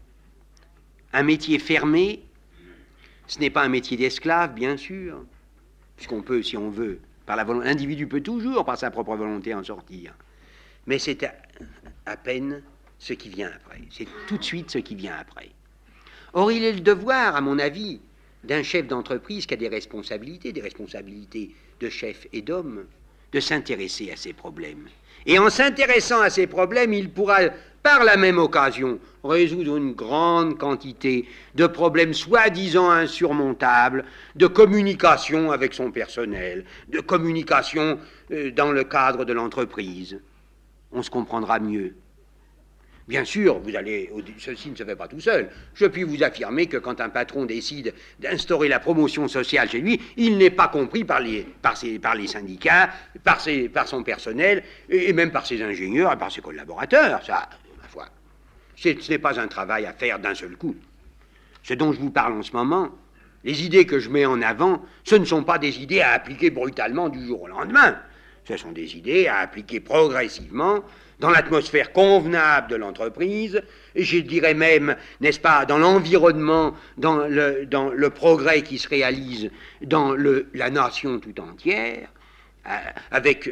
Un métier fermé, ce n'est pas un métier d'esclave, bien sûr, puisqu'on peut, si on veut, l'individu peut toujours, par sa propre volonté, en sortir. Mais c'est à peine ce qui vient après. C'est tout de suite ce qui vient après. Or, il est le devoir, à mon avis, d'un chef d'entreprise qui a des responsabilités de chef et d'homme, de s'intéresser à ces problèmes. Et en s'intéressant à ces problèmes, il pourra, par la même occasion, résoudre une grande quantité de problèmes soi-disant insurmontables, de communication avec son personnel, de communication dans le cadre de l'entreprise. On se comprendra mieux. Bien sûr, ceci ne se fait pas tout seul. Je puis vous affirmer que quand un patron décide d'instaurer la promotion sociale chez lui, il n'est pas compris par les syndicats, par son personnel, et même par ses ingénieurs et par ses collaborateurs. Ça, ma foi, ce n'est pas un travail à faire d'un seul coup. Ce dont je vous parle en ce moment, les idées que je mets en avant, ce ne sont pas des idées à appliquer brutalement du jour au lendemain. Ce sont des idées à appliquer progressivement dans l'atmosphère convenable de l'entreprise, et je dirais même, n'est-ce pas, dans l'environnement, dans le progrès qui se réalise dans la nation tout entière, avec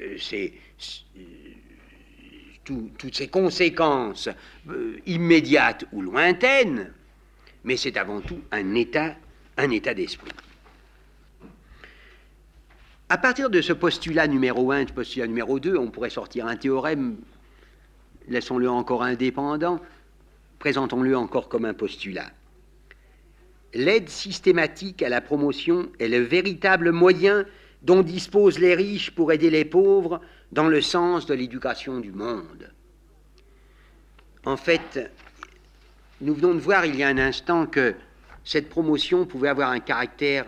toutes ses conséquences immédiates ou lointaines, mais c'est avant tout un état d'esprit. À partir de ce postulat numéro 1, ce postulat numéro 2, on pourrait sortir un théorème. Laissons-le encore indépendant, présentons-le encore comme un postulat. L'aide systématique à la promotion est le véritable moyen dont disposent les riches pour aider les pauvres dans le sens de l'éducation du monde. En fait, nous venons de voir il y a un instant que cette promotion pouvait avoir un caractère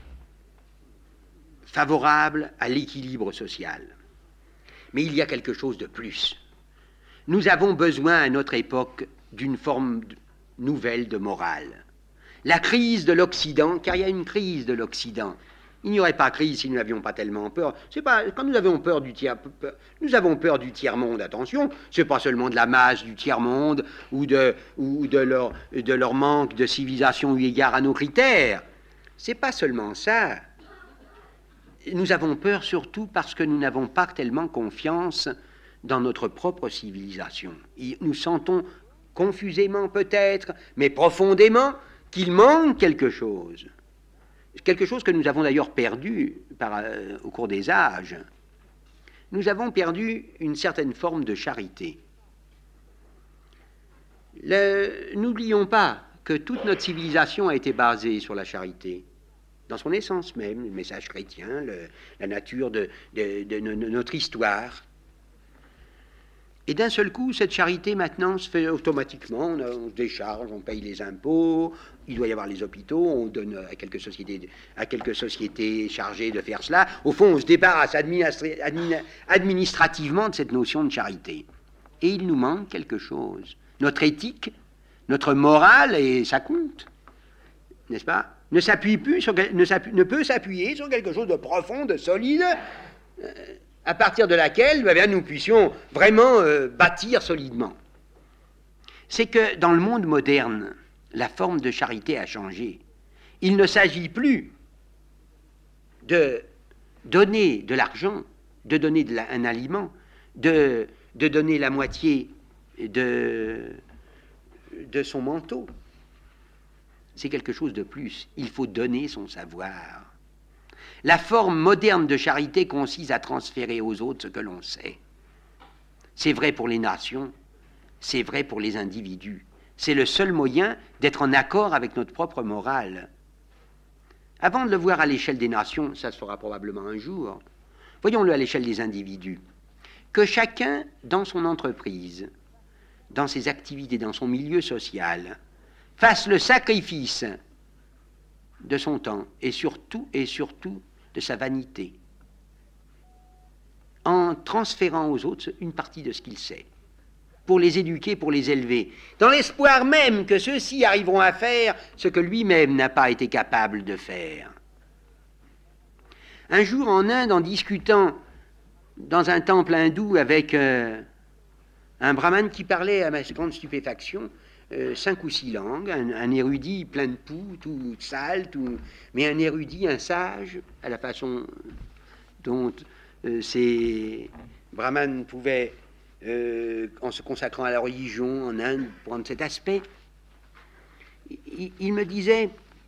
favorable à l'équilibre social. Mais il y a quelque chose de plus. Nous avons besoin à notre époque d'une forme nouvelle de morale. La crise de l'Occident, car il y a une crise de l'Occident. Il n'y aurait pas de crise si nous n'avions pas tellement peur. Quand nous avons peur du tiers-monde, attention, ce n'est pas seulement de la masse du tiers-monde ou de leur manque de civilisation eu égard à nos critères. Ce n'est pas seulement ça. Nous avons peur surtout parce que nous n'avons pas tellement confiance dans notre propre civilisation. Nous sentons confusément peut-être, mais profondément, qu'il manque quelque chose. Quelque chose que nous avons d'ailleurs perdu au cours des âges. Nous avons perdu une certaine forme de charité. N'oublions pas que toute notre civilisation a été basée sur la charité. Dans son essence même, le message chrétien, la nature de notre histoire. Et d'un seul coup, cette charité maintenant se fait automatiquement, on se décharge, on paye les impôts, il doit y avoir les hôpitaux, on donne à quelques sociétés chargées de faire cela. Au fond, on se débarrasse administrativement de cette notion de charité. Et il nous manque quelque chose. Notre éthique, notre morale, et ça compte, n'est-ce pas, ne peut s'appuyer sur quelque chose de profond, de solide, à partir de laquelle nous puissions vraiment bâtir solidement. C'est que dans le monde moderne, la forme de charité a changé. Il ne s'agit plus de donner de l'argent, de donner un aliment, de donner la moitié de son manteau. C'est quelque chose de plus. Il faut donner son savoir. La forme moderne de charité consiste à transférer aux autres ce que l'on sait. C'est vrai pour les nations, c'est vrai pour les individus, C'est le seul moyen d'être en accord avec notre propre morale. Avant de le voir à l'échelle des nations, ça se fera probablement un jour, voyons-le à l'échelle des individus. Que chacun, dans son entreprise, dans ses activités, dans son milieu social, fasse le sacrifice de son temps et surtout de sa vanité, en transférant aux autres une partie de ce qu'il sait, pour les éduquer, pour les élever, dans l'espoir même que ceux-ci arriveront à faire ce que lui-même n'a pas été capable de faire. Un jour en Inde, en discutant dans un temple hindou avec un brahmane qui parlait à ma grande stupéfaction 5 ou 6 langues, un érudit plein de poux, tout sale, mais un érudit, un sage, à la façon dont ces brahmanes pouvaient, en se consacrant à la religion en Inde, prendre cet aspect. Il me disait,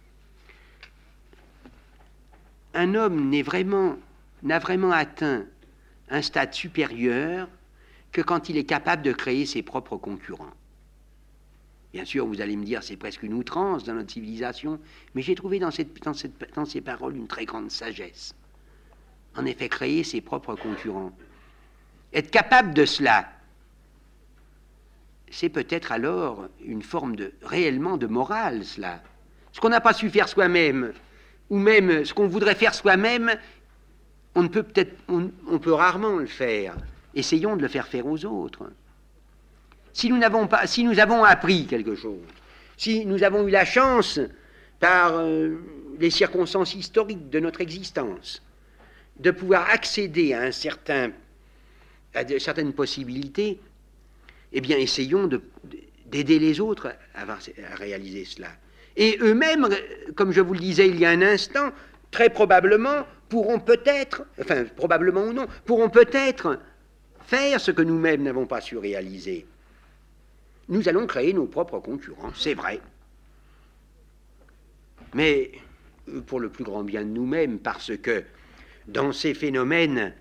un homme n'a vraiment atteint un stade supérieur que quand il est capable de créer ses propres concurrents. Bien sûr, vous allez me dire, c'est presque une outrance dans notre civilisation, mais j'ai trouvé dans ces paroles une très grande sagesse. En effet, créer ses propres concurrents. Être capable de cela, c'est peut-être alors une forme réellement de morale, cela. Ce qu'on n'a pas su faire soi-même, ou même ce qu'on voudrait faire soi-même, on peut rarement le faire. Essayons de le faire faire aux autres. Si nous avons appris quelque chose, si nous avons eu la chance, par les circonstances historiques de notre existence, de pouvoir accéder à certaines possibilités, eh bien, essayons d'aider les autres à réaliser cela. Et eux-mêmes, comme je vous le disais il y a un instant, très probablement pourront peut-être, enfin probablement ou non, pourront peut-être faire ce que nous-mêmes n'avons pas su réaliser. Nous allons créer nos propres concurrents, c'est vrai. Mais pour le plus grand bien de nous-mêmes, parce que dans ces phénomènes,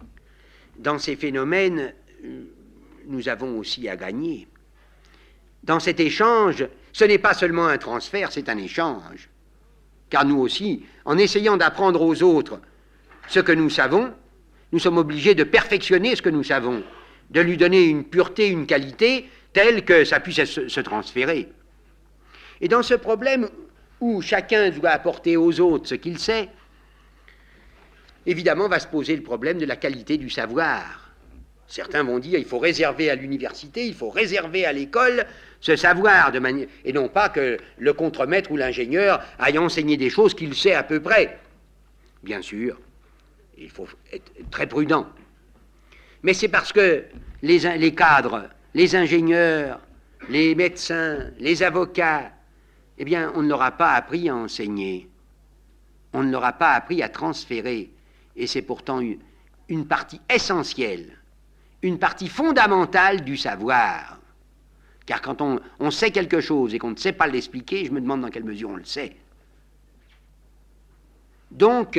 nous avons aussi à gagner. Dans cet échange, ce n'est pas seulement un transfert, c'est un échange. Car nous aussi, en essayant d'apprendre aux autres ce que nous savons, nous sommes obligés de perfectionner ce que nous savons, de lui donner une pureté, une qualité, telle que ça puisse se transférer. Et dans ce problème où chacun doit apporter aux autres ce qu'il sait, évidemment va se poser le problème de la qualité du savoir. Certains vont dire il faut réserver à l'université, il faut réserver à l'école ce savoir, et non pas que le contremaître ou l'ingénieur aille enseigner des choses qu'il sait à peu près. Bien sûr, il faut être très prudent. Mais c'est parce que les cadres, les ingénieurs, les médecins, les avocats, eh bien, on ne leur a pas appris à enseigner. On ne leur a pas appris à transférer. Et c'est pourtant une partie essentielle, une partie fondamentale du savoir. Car quand on sait quelque chose et qu'on ne sait pas l'expliquer, je me demande dans quelle mesure on le sait. Donc,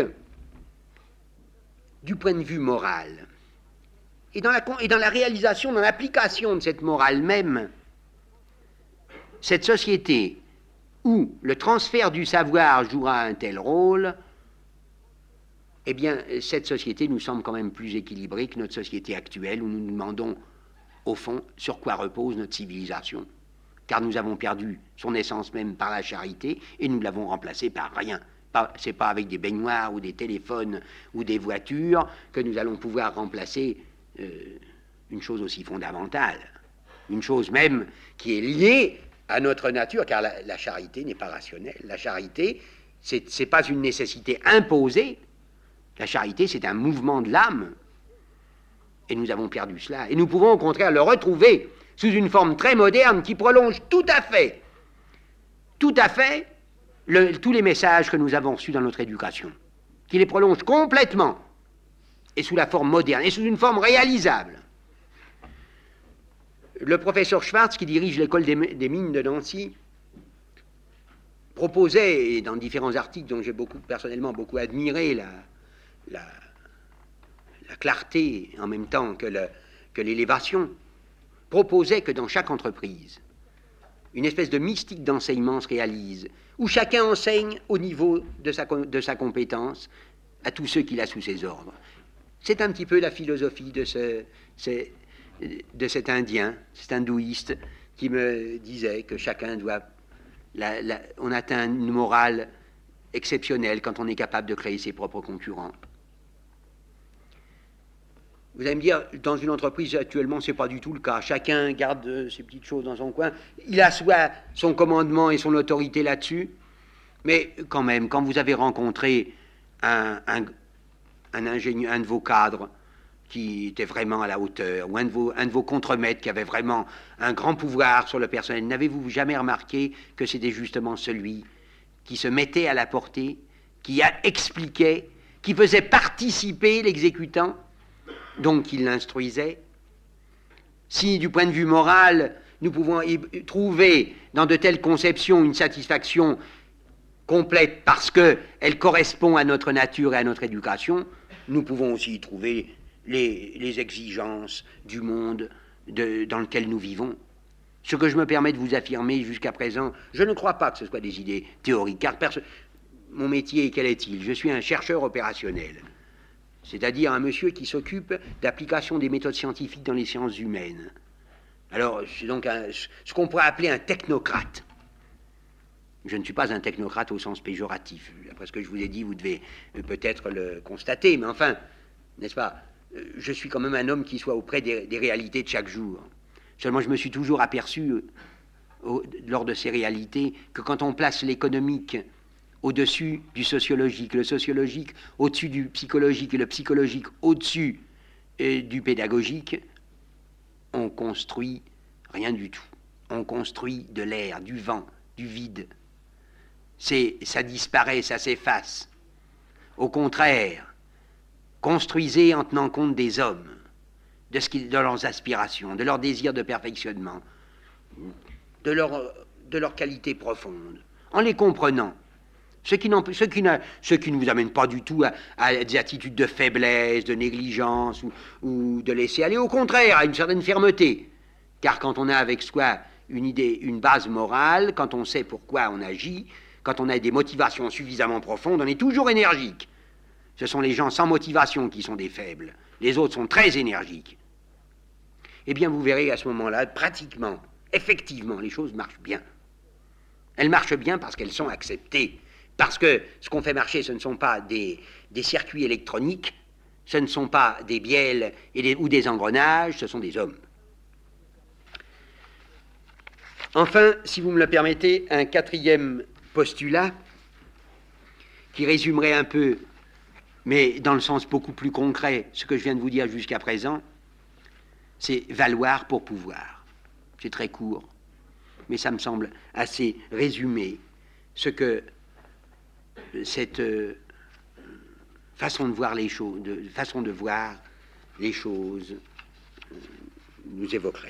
du point de vue moral, et dans la réalisation, dans l'application de cette morale même, cette société où le transfert du savoir jouera un tel rôle, eh bien, cette société nous semble quand même plus équilibrée que notre société actuelle, où nous nous demandons, au fond, sur quoi repose notre civilisation. Car nous avons perdu son essence même par la charité, et nous l'avons remplacée par rien. Ce n'est pas avec des baignoires ou des téléphones ou des voitures que nous allons pouvoir remplacer une chose aussi fondamentale, une chose même qui est liée à notre nature, car la charité n'est pas rationnelle. La charité, c'est pas une nécessité imposée. La charité, c'est un mouvement de l'âme. Et nous avons perdu cela. Et nous pouvons au contraire le retrouver sous une forme très moderne qui prolonge tout à fait tous les messages que nous avons reçus dans notre éducation, qui les prolonge complètement, et sous la forme moderne, et sous une forme réalisable. Le professeur Schwartz, qui dirige l'école des mines de Nancy, proposait, et dans différents articles dont j'ai personnellement beaucoup admiré la clarté en même temps que l'élévation, proposait que dans chaque entreprise, une espèce de mystique d'enseignement se réalise, où chacun enseigne au niveau de sa compétence à tous ceux qu'il a sous ses ordres. C'est un petit peu la philosophie de cet Indien, cet hindouiste, qui me disait que chacun doit... on atteint une morale exceptionnelle quand on est capable de créer ses propres concurrents. Vous allez me dire, dans une entreprise actuellement, ce n'est pas du tout le cas. Chacun garde ses petites choses dans son coin. Il assoit son commandement et son autorité là-dessus. Mais quand même, quand vous avez rencontré un ingénieur, un de vos cadres qui était vraiment à la hauteur, ou un de vos contremaîtres qui avait vraiment un grand pouvoir sur le personnel, n'avez-vous jamais remarqué que c'était justement celui qui se mettait à la portée, qui expliquait, qui faisait participer l'exécutant, donc qui l'instruisait? Si, du point de vue moral, nous pouvons y trouver dans de telles conceptions une satisfaction complète parce qu'elle correspond à notre nature et à notre éducation, nous pouvons aussi y trouver les exigences du monde dans lequel nous vivons. Ce que je me permets de vous affirmer jusqu'à présent, je ne crois pas que ce soit des idées théoriques, car mon métier, quel est-il? Je suis un chercheur opérationnel, c'est-à-dire un monsieur qui s'occupe d'application des méthodes scientifiques dans les sciences humaines. Alors, c'est donc ce qu'on pourrait appeler un technocrate. Je ne suis pas un technocrate au sens péjoratif. Après ce que je vous ai dit, vous devez peut-être le constater, mais enfin, n'est-ce pas, je suis quand même un homme qui soit auprès des réalités de chaque jour. Seulement, je me suis toujours aperçu, lors de ces réalités, que quand on place l'économique au-dessus du sociologique, le sociologique au-dessus du psychologique et le psychologique au-dessus du pédagogique, on construit rien du tout. On construit de l'air, du vent, du vide. Ça disparaît, ça s'efface. Au contraire, construisez en tenant compte des hommes, de leurs aspirations, de leurs désirs de perfectionnement, de leur qualité profonde, en les comprenant. Ce qui ne vous amène pas du tout à des attitudes de faiblesse, de négligence ou de laisser aller, au contraire, à une certaine fermeté. Car quand on a avec soi une idée, une base morale, quand on sait pourquoi on agit, quand on a des motivations suffisamment profondes, on est toujours énergique. Ce sont les gens sans motivation qui sont des faibles. Les autres sont très énergiques. Eh bien, vous verrez à ce moment-là, pratiquement, effectivement, les choses marchent bien. Elles marchent bien parce qu'elles sont acceptées. Parce que ce qu'on fait marcher, ce ne sont pas des circuits électroniques, ce ne sont pas des bielles ou des engrenages, ce sont des hommes. Enfin, si vous me le permettez, un quatrième postulat qui résumerait un peu, mais dans le sens beaucoup plus concret, ce que je viens de vous dire jusqu'à présent, c'est valoir pour pouvoir. C'est très court, mais ça me semble assez résumé ce que cette façon de voir les choses, nous évoquerait.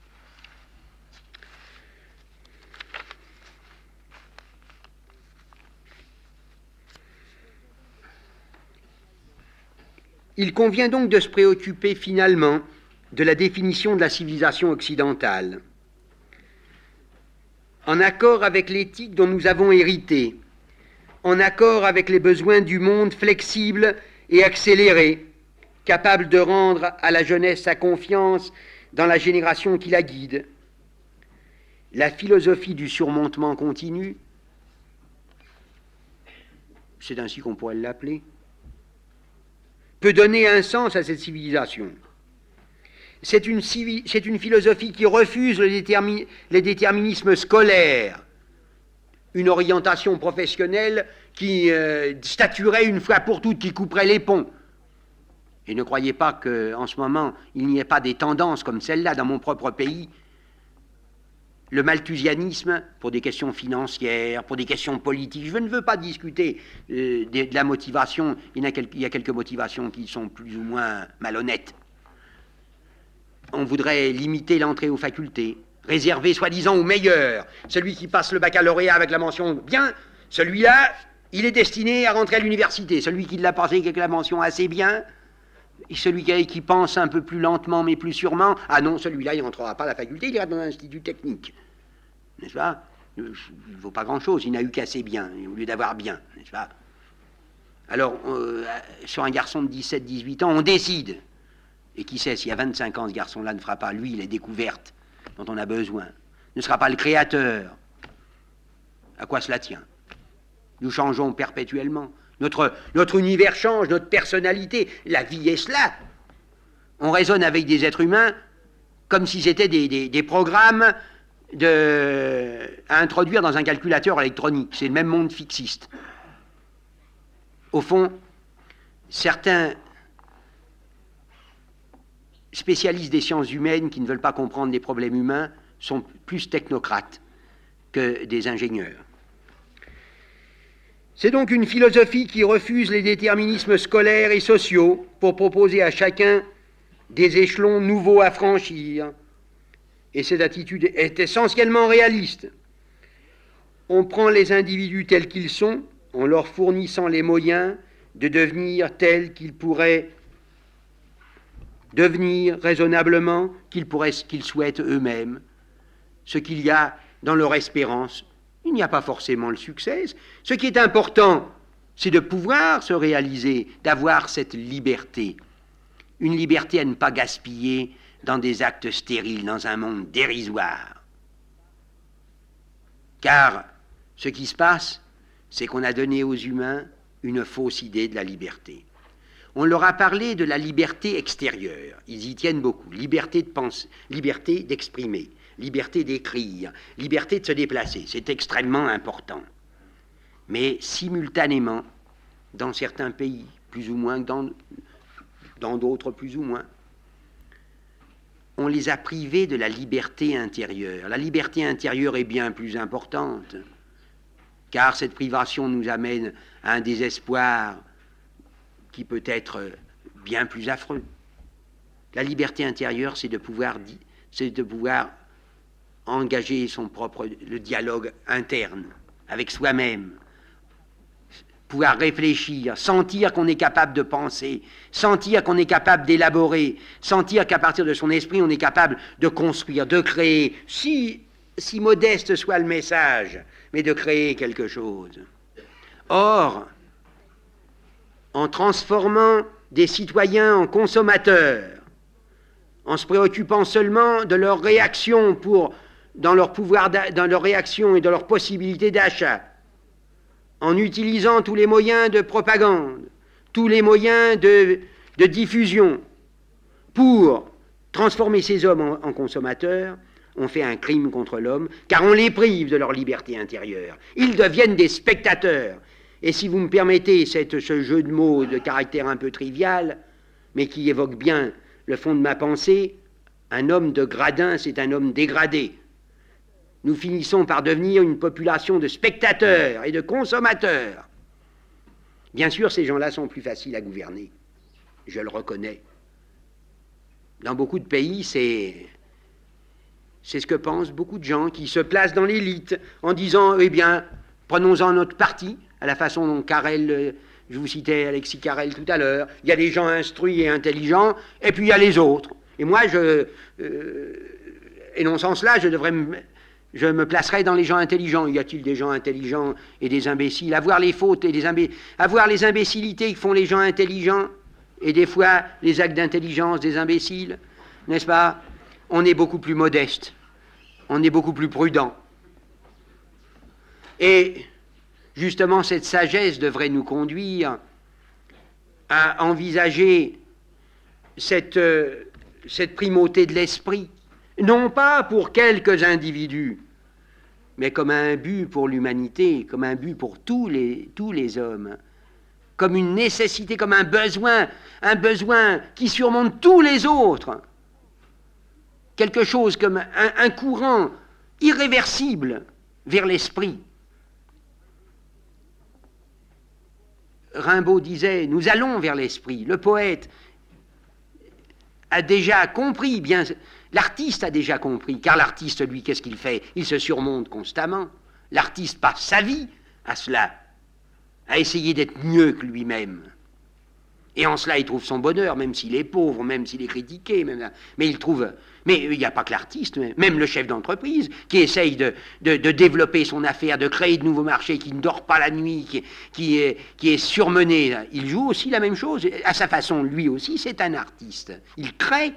Il convient donc de se préoccuper finalement de la définition de la civilisation occidentale, en accord avec l'éthique dont nous avons hérité, en accord avec les besoins du monde flexible et accéléré, capable de rendre à la jeunesse sa confiance dans la génération qui la guide. La philosophie du surmontement continu, c'est ainsi qu'on pourrait l'appeler, peut donner un sens à cette civilisation. C'est une philosophie qui refuse les déterminismes scolaires, une orientation professionnelle qui statuerait une fois pour toutes, qui couperait les ponts. Et ne croyez pas qu'en ce moment, il n'y ait pas des tendances comme celle-là dans mon propre pays. Le malthusianisme, pour des questions financières, pour des questions politiques, je ne veux pas discuter de la motivation, il y a quelques motivations qui sont plus ou moins malhonnêtes. On voudrait limiter l'entrée aux facultés, réservé soi-disant aux meilleurs. Celui qui passe le baccalauréat avec la mention bien, celui-là, il est destiné à rentrer à l'université. Celui qui l'a passé avec la mention assez bien, et celui qui pense un peu plus lentement mais plus sûrement, ah non, celui-là, il n'entrera pas à la faculté, il ira dans un institut technique. n'est-ce pas? Il ne vaut pas grand-chose, il n'a eu qu'assez bien, au lieu d'avoir bien, n'est-ce pas? Alors, sur un garçon de 17-18 ans, on décide. Et qui sait, s'il y a 25 ans, ce garçon-là ne fera pas, lui, les découvertes dont on a besoin, ne sera pas le créateur. À quoi cela tient? Nous changeons perpétuellement. Notre univers change, notre personnalité. La vie est cela. On raisonne avec des êtres humains comme si c'était des programmes à introduire dans un calculateur électronique. C'est le même monde fixiste. Au fond, certains spécialistes des sciences humaines qui ne veulent pas comprendre les problèmes humains sont plus technocrates que des ingénieurs. C'est donc une philosophie qui refuse les déterminismes scolaires et sociaux pour proposer à chacun des échelons nouveaux à franchir. Et cette attitude est essentiellement réaliste. On prend les individus tels qu'ils sont, en leur fournissant les moyens de devenir tels qu'ils pourraient devenir raisonnablement, qu'ils souhaitent eux-mêmes. Ce qu'il y a dans leur espérance, il n'y a pas forcément le succès. Ce qui est important, c'est de pouvoir se réaliser, d'avoir cette liberté. Une liberté à ne pas gaspiller dans des actes stériles, dans un monde dérisoire. Car ce qui se passe, c'est qu'on a donné aux humains une fausse idée de la liberté. On leur a parlé de la liberté extérieure. Ils y tiennent beaucoup. Liberté de penser, liberté d'exprimer, liberté d'écrire, liberté de se déplacer. C'est extrêmement important. Mais simultanément, dans certains pays, plus ou moins que dans d'autres plus ou moins, on les a privés de la liberté intérieure. La liberté intérieure est bien plus importante, car cette privation nous amène à un désespoir qui peut être bien plus affreux. La liberté intérieure, c'est de pouvoir engager le dialogue interne avec soi-même, pouvoir réfléchir, sentir qu'on est capable de penser, sentir qu'on est capable d'élaborer, sentir qu'à partir de son esprit, on est capable de construire, de créer, si modeste soit le message, mais de créer quelque chose. Or, en transformant des citoyens en consommateurs, en se préoccupant seulement de leur réaction dans leur réaction et de leur possibilité d'achat, en utilisant tous les moyens de propagande, tous les moyens de diffusion pour transformer ces hommes en consommateurs, on fait un crime contre l'homme, car on les prive de leur liberté intérieure. Ils deviennent des spectateurs. Et si vous me permettez ce jeu de mots de caractère un peu trivial, mais qui évoque bien le fond de ma pensée, un homme de gradin, c'est un homme dégradé. Nous finissons par devenir une population de spectateurs et de consommateurs. Bien sûr, ces gens-là sont plus faciles à gouverner, je le reconnais. Dans beaucoup de pays, c'est ce que pensent beaucoup de gens qui se placent dans l'élite en disant, eh bien, prenons-en notre parti, à la façon dont Carrel, je vous citais Alexis Carrel tout à l'heure, il y a des gens instruits et intelligents, et puis il y a les autres. Et moi, et dans ce sens-là, je me placerai dans les gens intelligents. Y a-t-il des gens intelligents et des imbéciles? Avoir les fautes et avoir les imbécilités que font les gens intelligents, et des fois les actes d'intelligence des imbéciles, n'est-ce pas? On est beaucoup plus modeste, on est beaucoup plus prudent. Et justement, cette sagesse devrait nous conduire à envisager cette primauté de l'esprit, non pas pour quelques individus, mais comme un but pour l'humanité, comme un but pour tous les hommes, comme une nécessité, comme un besoin qui surmonte tous les autres, quelque chose comme un courant irréversible vers l'esprit. Rimbaud disait, nous allons vers l'esprit. Le poète a déjà compris, bien, l'artiste a déjà compris, car l'artiste, lui, qu'est-ce qu'il fait? Il se surmonte constamment. L'artiste passe sa vie à cela, à essayer d'être mieux que lui-même. Et en cela, il trouve son bonheur, même s'il est pauvre, même s'il est critiqué. Mais il trouve... Mais il n'y a pas que l'artiste, même le chef d'entreprise, qui essaye de développer son affaire, de créer de nouveaux marchés, qui ne dort pas la nuit, qui est surmené. Il joue aussi la même chose. À sa façon, lui aussi, c'est un artiste. Il crée.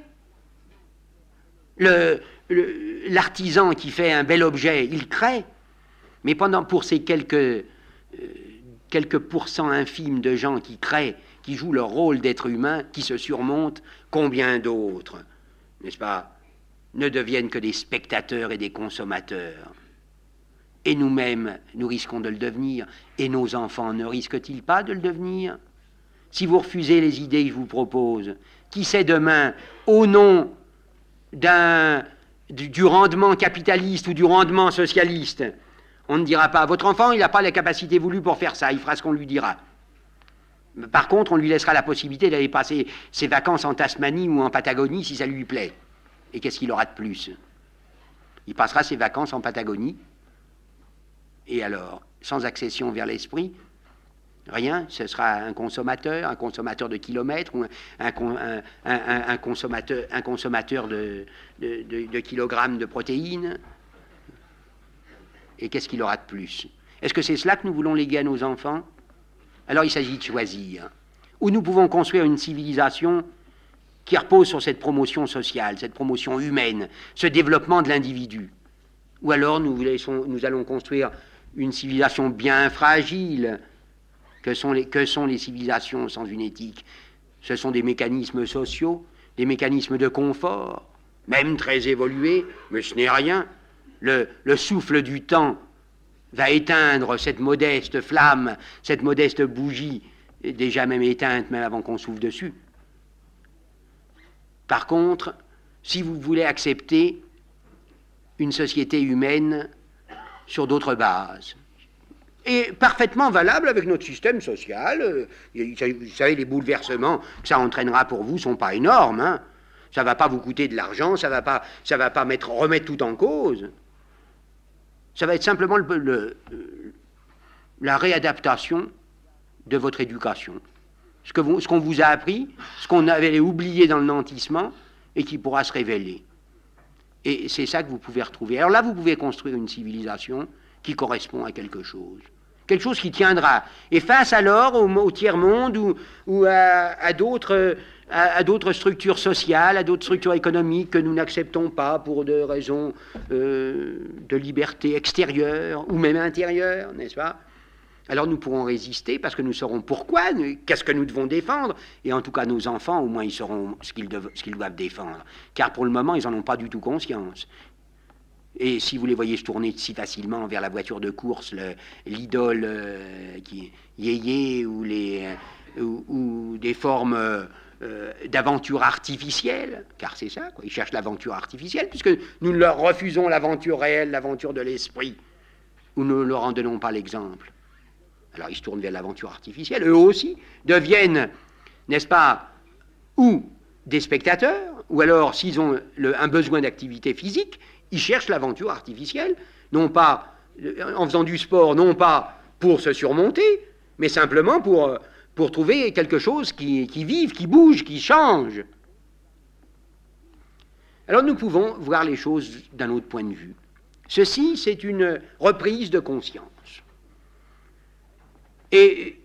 L'artisan qui fait un bel objet, il crée. Mais pour ces quelques pourcents infimes de gens qui créent, qui jouent leur rôle d'être humain, qui se surmontent, combien d'autres, n'est-ce pas, ne deviennent que des spectateurs et des consommateurs. Et nous-mêmes, nous risquons de le devenir, et nos enfants ne risquent-ils pas de le devenir? Si vous refusez les idées que je vous propose, qui sait demain, au nom du rendement capitaliste ou du rendement socialiste, on ne dira pas, votre enfant, il n'a pas la capacité voulue pour faire ça, il fera ce qu'on lui dira. Par contre, on lui laissera la possibilité d'aller passer ses vacances en Tasmanie ou en Patagonie si ça lui plaît. Et qu'est-ce qu'il aura de plus? Il passera ses vacances en Patagonie, et alors, sans accession vers l'esprit, rien, ce sera un consommateur de kilomètres, ou un consommateur de kilogrammes de protéines. Et qu'est-ce qu'il aura de plus? Est-ce que c'est cela que nous voulons léguer à nos enfants? Alors il s'agit de choisir. Ou nous pouvons construire une civilisation qui repose sur cette promotion sociale, cette promotion humaine, ce développement de l'individu. Ou alors nous allons construire une civilisation bien fragile. Que sont les civilisations sans une éthique? Ce sont des mécanismes sociaux, des mécanismes de confort, même très évolués, mais ce n'est rien. Le souffle du temps va éteindre cette modeste flamme, cette modeste bougie, déjà même éteinte, même avant qu'on souffle dessus. Par contre, si vous voulez accepter une société humaine sur d'autres bases, et parfaitement valable avec notre système social, vous savez, les bouleversements que ça entraînera pour vous ne sont pas énormes, hein. Ça ne va pas vous coûter de l'argent, ça va pas remettre tout en cause. Ça va être simplement la réadaptation de votre éducation. Ce qu'on vous a appris, ce qu'on avait oublié dans le nantissement, et qui pourra se révéler. Et c'est ça que vous pouvez retrouver. Alors là, vous pouvez construire une civilisation qui correspond à quelque chose. Quelque chose qui tiendra. Et face alors au tiers-monde ou à d'autres structures sociales, à d'autres structures économiques que nous n'acceptons pas pour des raisons de liberté extérieure ou même intérieure, n'est-ce pas? Alors nous pourrons résister parce que nous saurons pourquoi, qu'est-ce que nous devons défendre, et en tout cas nos enfants, au moins, ils sauront ce qu'ils doivent défendre. Car pour le moment, ils n'en ont pas du tout conscience. Et si vous les voyez se tourner si facilement vers la voiture de course, l'idole qui yéyé ou des formes d'aventure artificielle, car c'est ça, quoi. Ils cherchent l'aventure artificielle, puisque nous leur refusons l'aventure réelle, l'aventure de l'esprit, ou nous ne leur en donnons pas l'exemple. Alors ils se tournent vers l'aventure artificielle, eux aussi deviennent, n'est-ce pas, ou des spectateurs, ou alors s'ils ont un besoin d'activité physique, ils cherchent l'aventure artificielle, non pas en faisant du sport, non pas pour se surmonter, mais simplement pour trouver quelque chose qui vive, qui bouge, qui change. Alors nous pouvons voir les choses d'un autre point de vue. Ceci, c'est une reprise de conscience. Et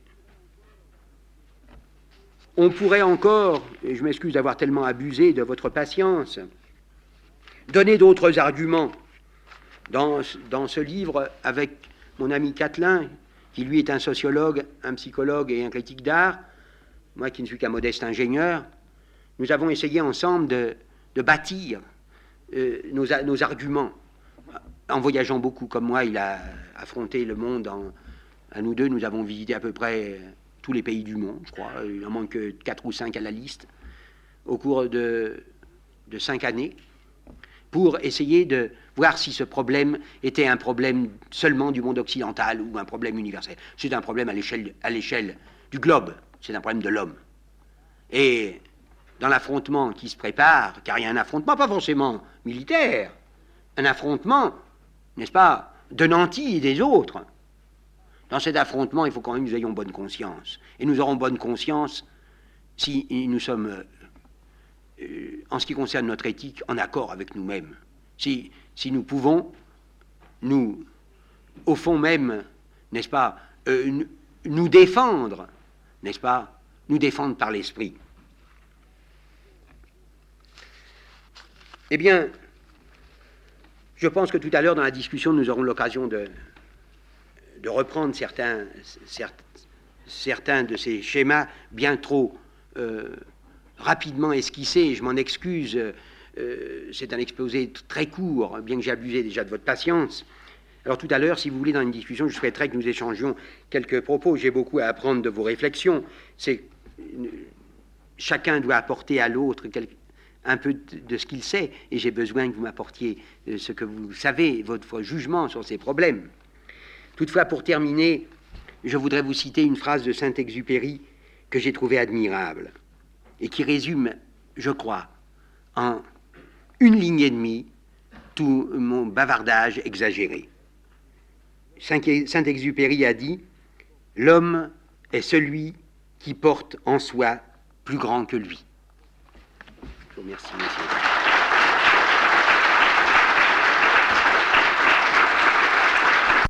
on pourrait encore, et je m'excuse d'avoir tellement abusé de votre patience, donner d'autres arguments. Dans ce livre, avec mon ami Catelin, qui lui est un sociologue, un psychologue et un critique d'art, moi qui ne suis qu'un modeste ingénieur, nous avons essayé ensemble de bâtir nos arguments. En voyageant beaucoup comme moi, il a affronté le monde. À nous deux, nous avons visité à peu près tous les pays du monde, je crois. Il en manque 4 ou 5 à la liste, au cours de 5 années, pour essayer de voir si ce problème était un problème seulement du monde occidental ou un problème universel. C'est un problème à l'échelle du globe, c'est un problème de l'homme. Et dans l'affrontement qui se prépare, car il y a un affrontement pas forcément militaire, un affrontement, n'est-ce pas, de nantis et des autres. Dans cet affrontement, il faut quand même que nous ayons bonne conscience. Et nous aurons bonne conscience si nous sommes, en ce qui concerne notre éthique, en accord avec nous-mêmes. Si nous pouvons, nous, au fond même, n'est-ce pas, nous défendre, n'est-ce pas, nous défendre par l'esprit. Eh bien, je pense que tout à l'heure, dans la discussion, nous aurons l'occasion de reprendre certains de ces schémas bien trop rapidement esquissés. Je m'en excuse, c'est un exposé très court, bien que j'ai abusé déjà de votre patience. Alors tout à l'heure, si vous voulez, dans une discussion, je souhaiterais que nous échangions quelques propos. J'ai beaucoup à apprendre de vos réflexions. Chacun doit apporter à l'autre un peu de ce qu'il sait, et j'ai besoin que vous m'apportiez ce que vous savez, votre jugement sur ces problèmes. Toutefois, pour terminer, je voudrais vous citer une phrase de Saint-Exupéry que j'ai trouvée admirable, et qui résume, je crois, en une ligne et demie, tout mon bavardage exagéré. Saint-Exupéry a dit « L'homme est celui qui porte en soi plus grand que lui ». Je vous remercie, messieurs.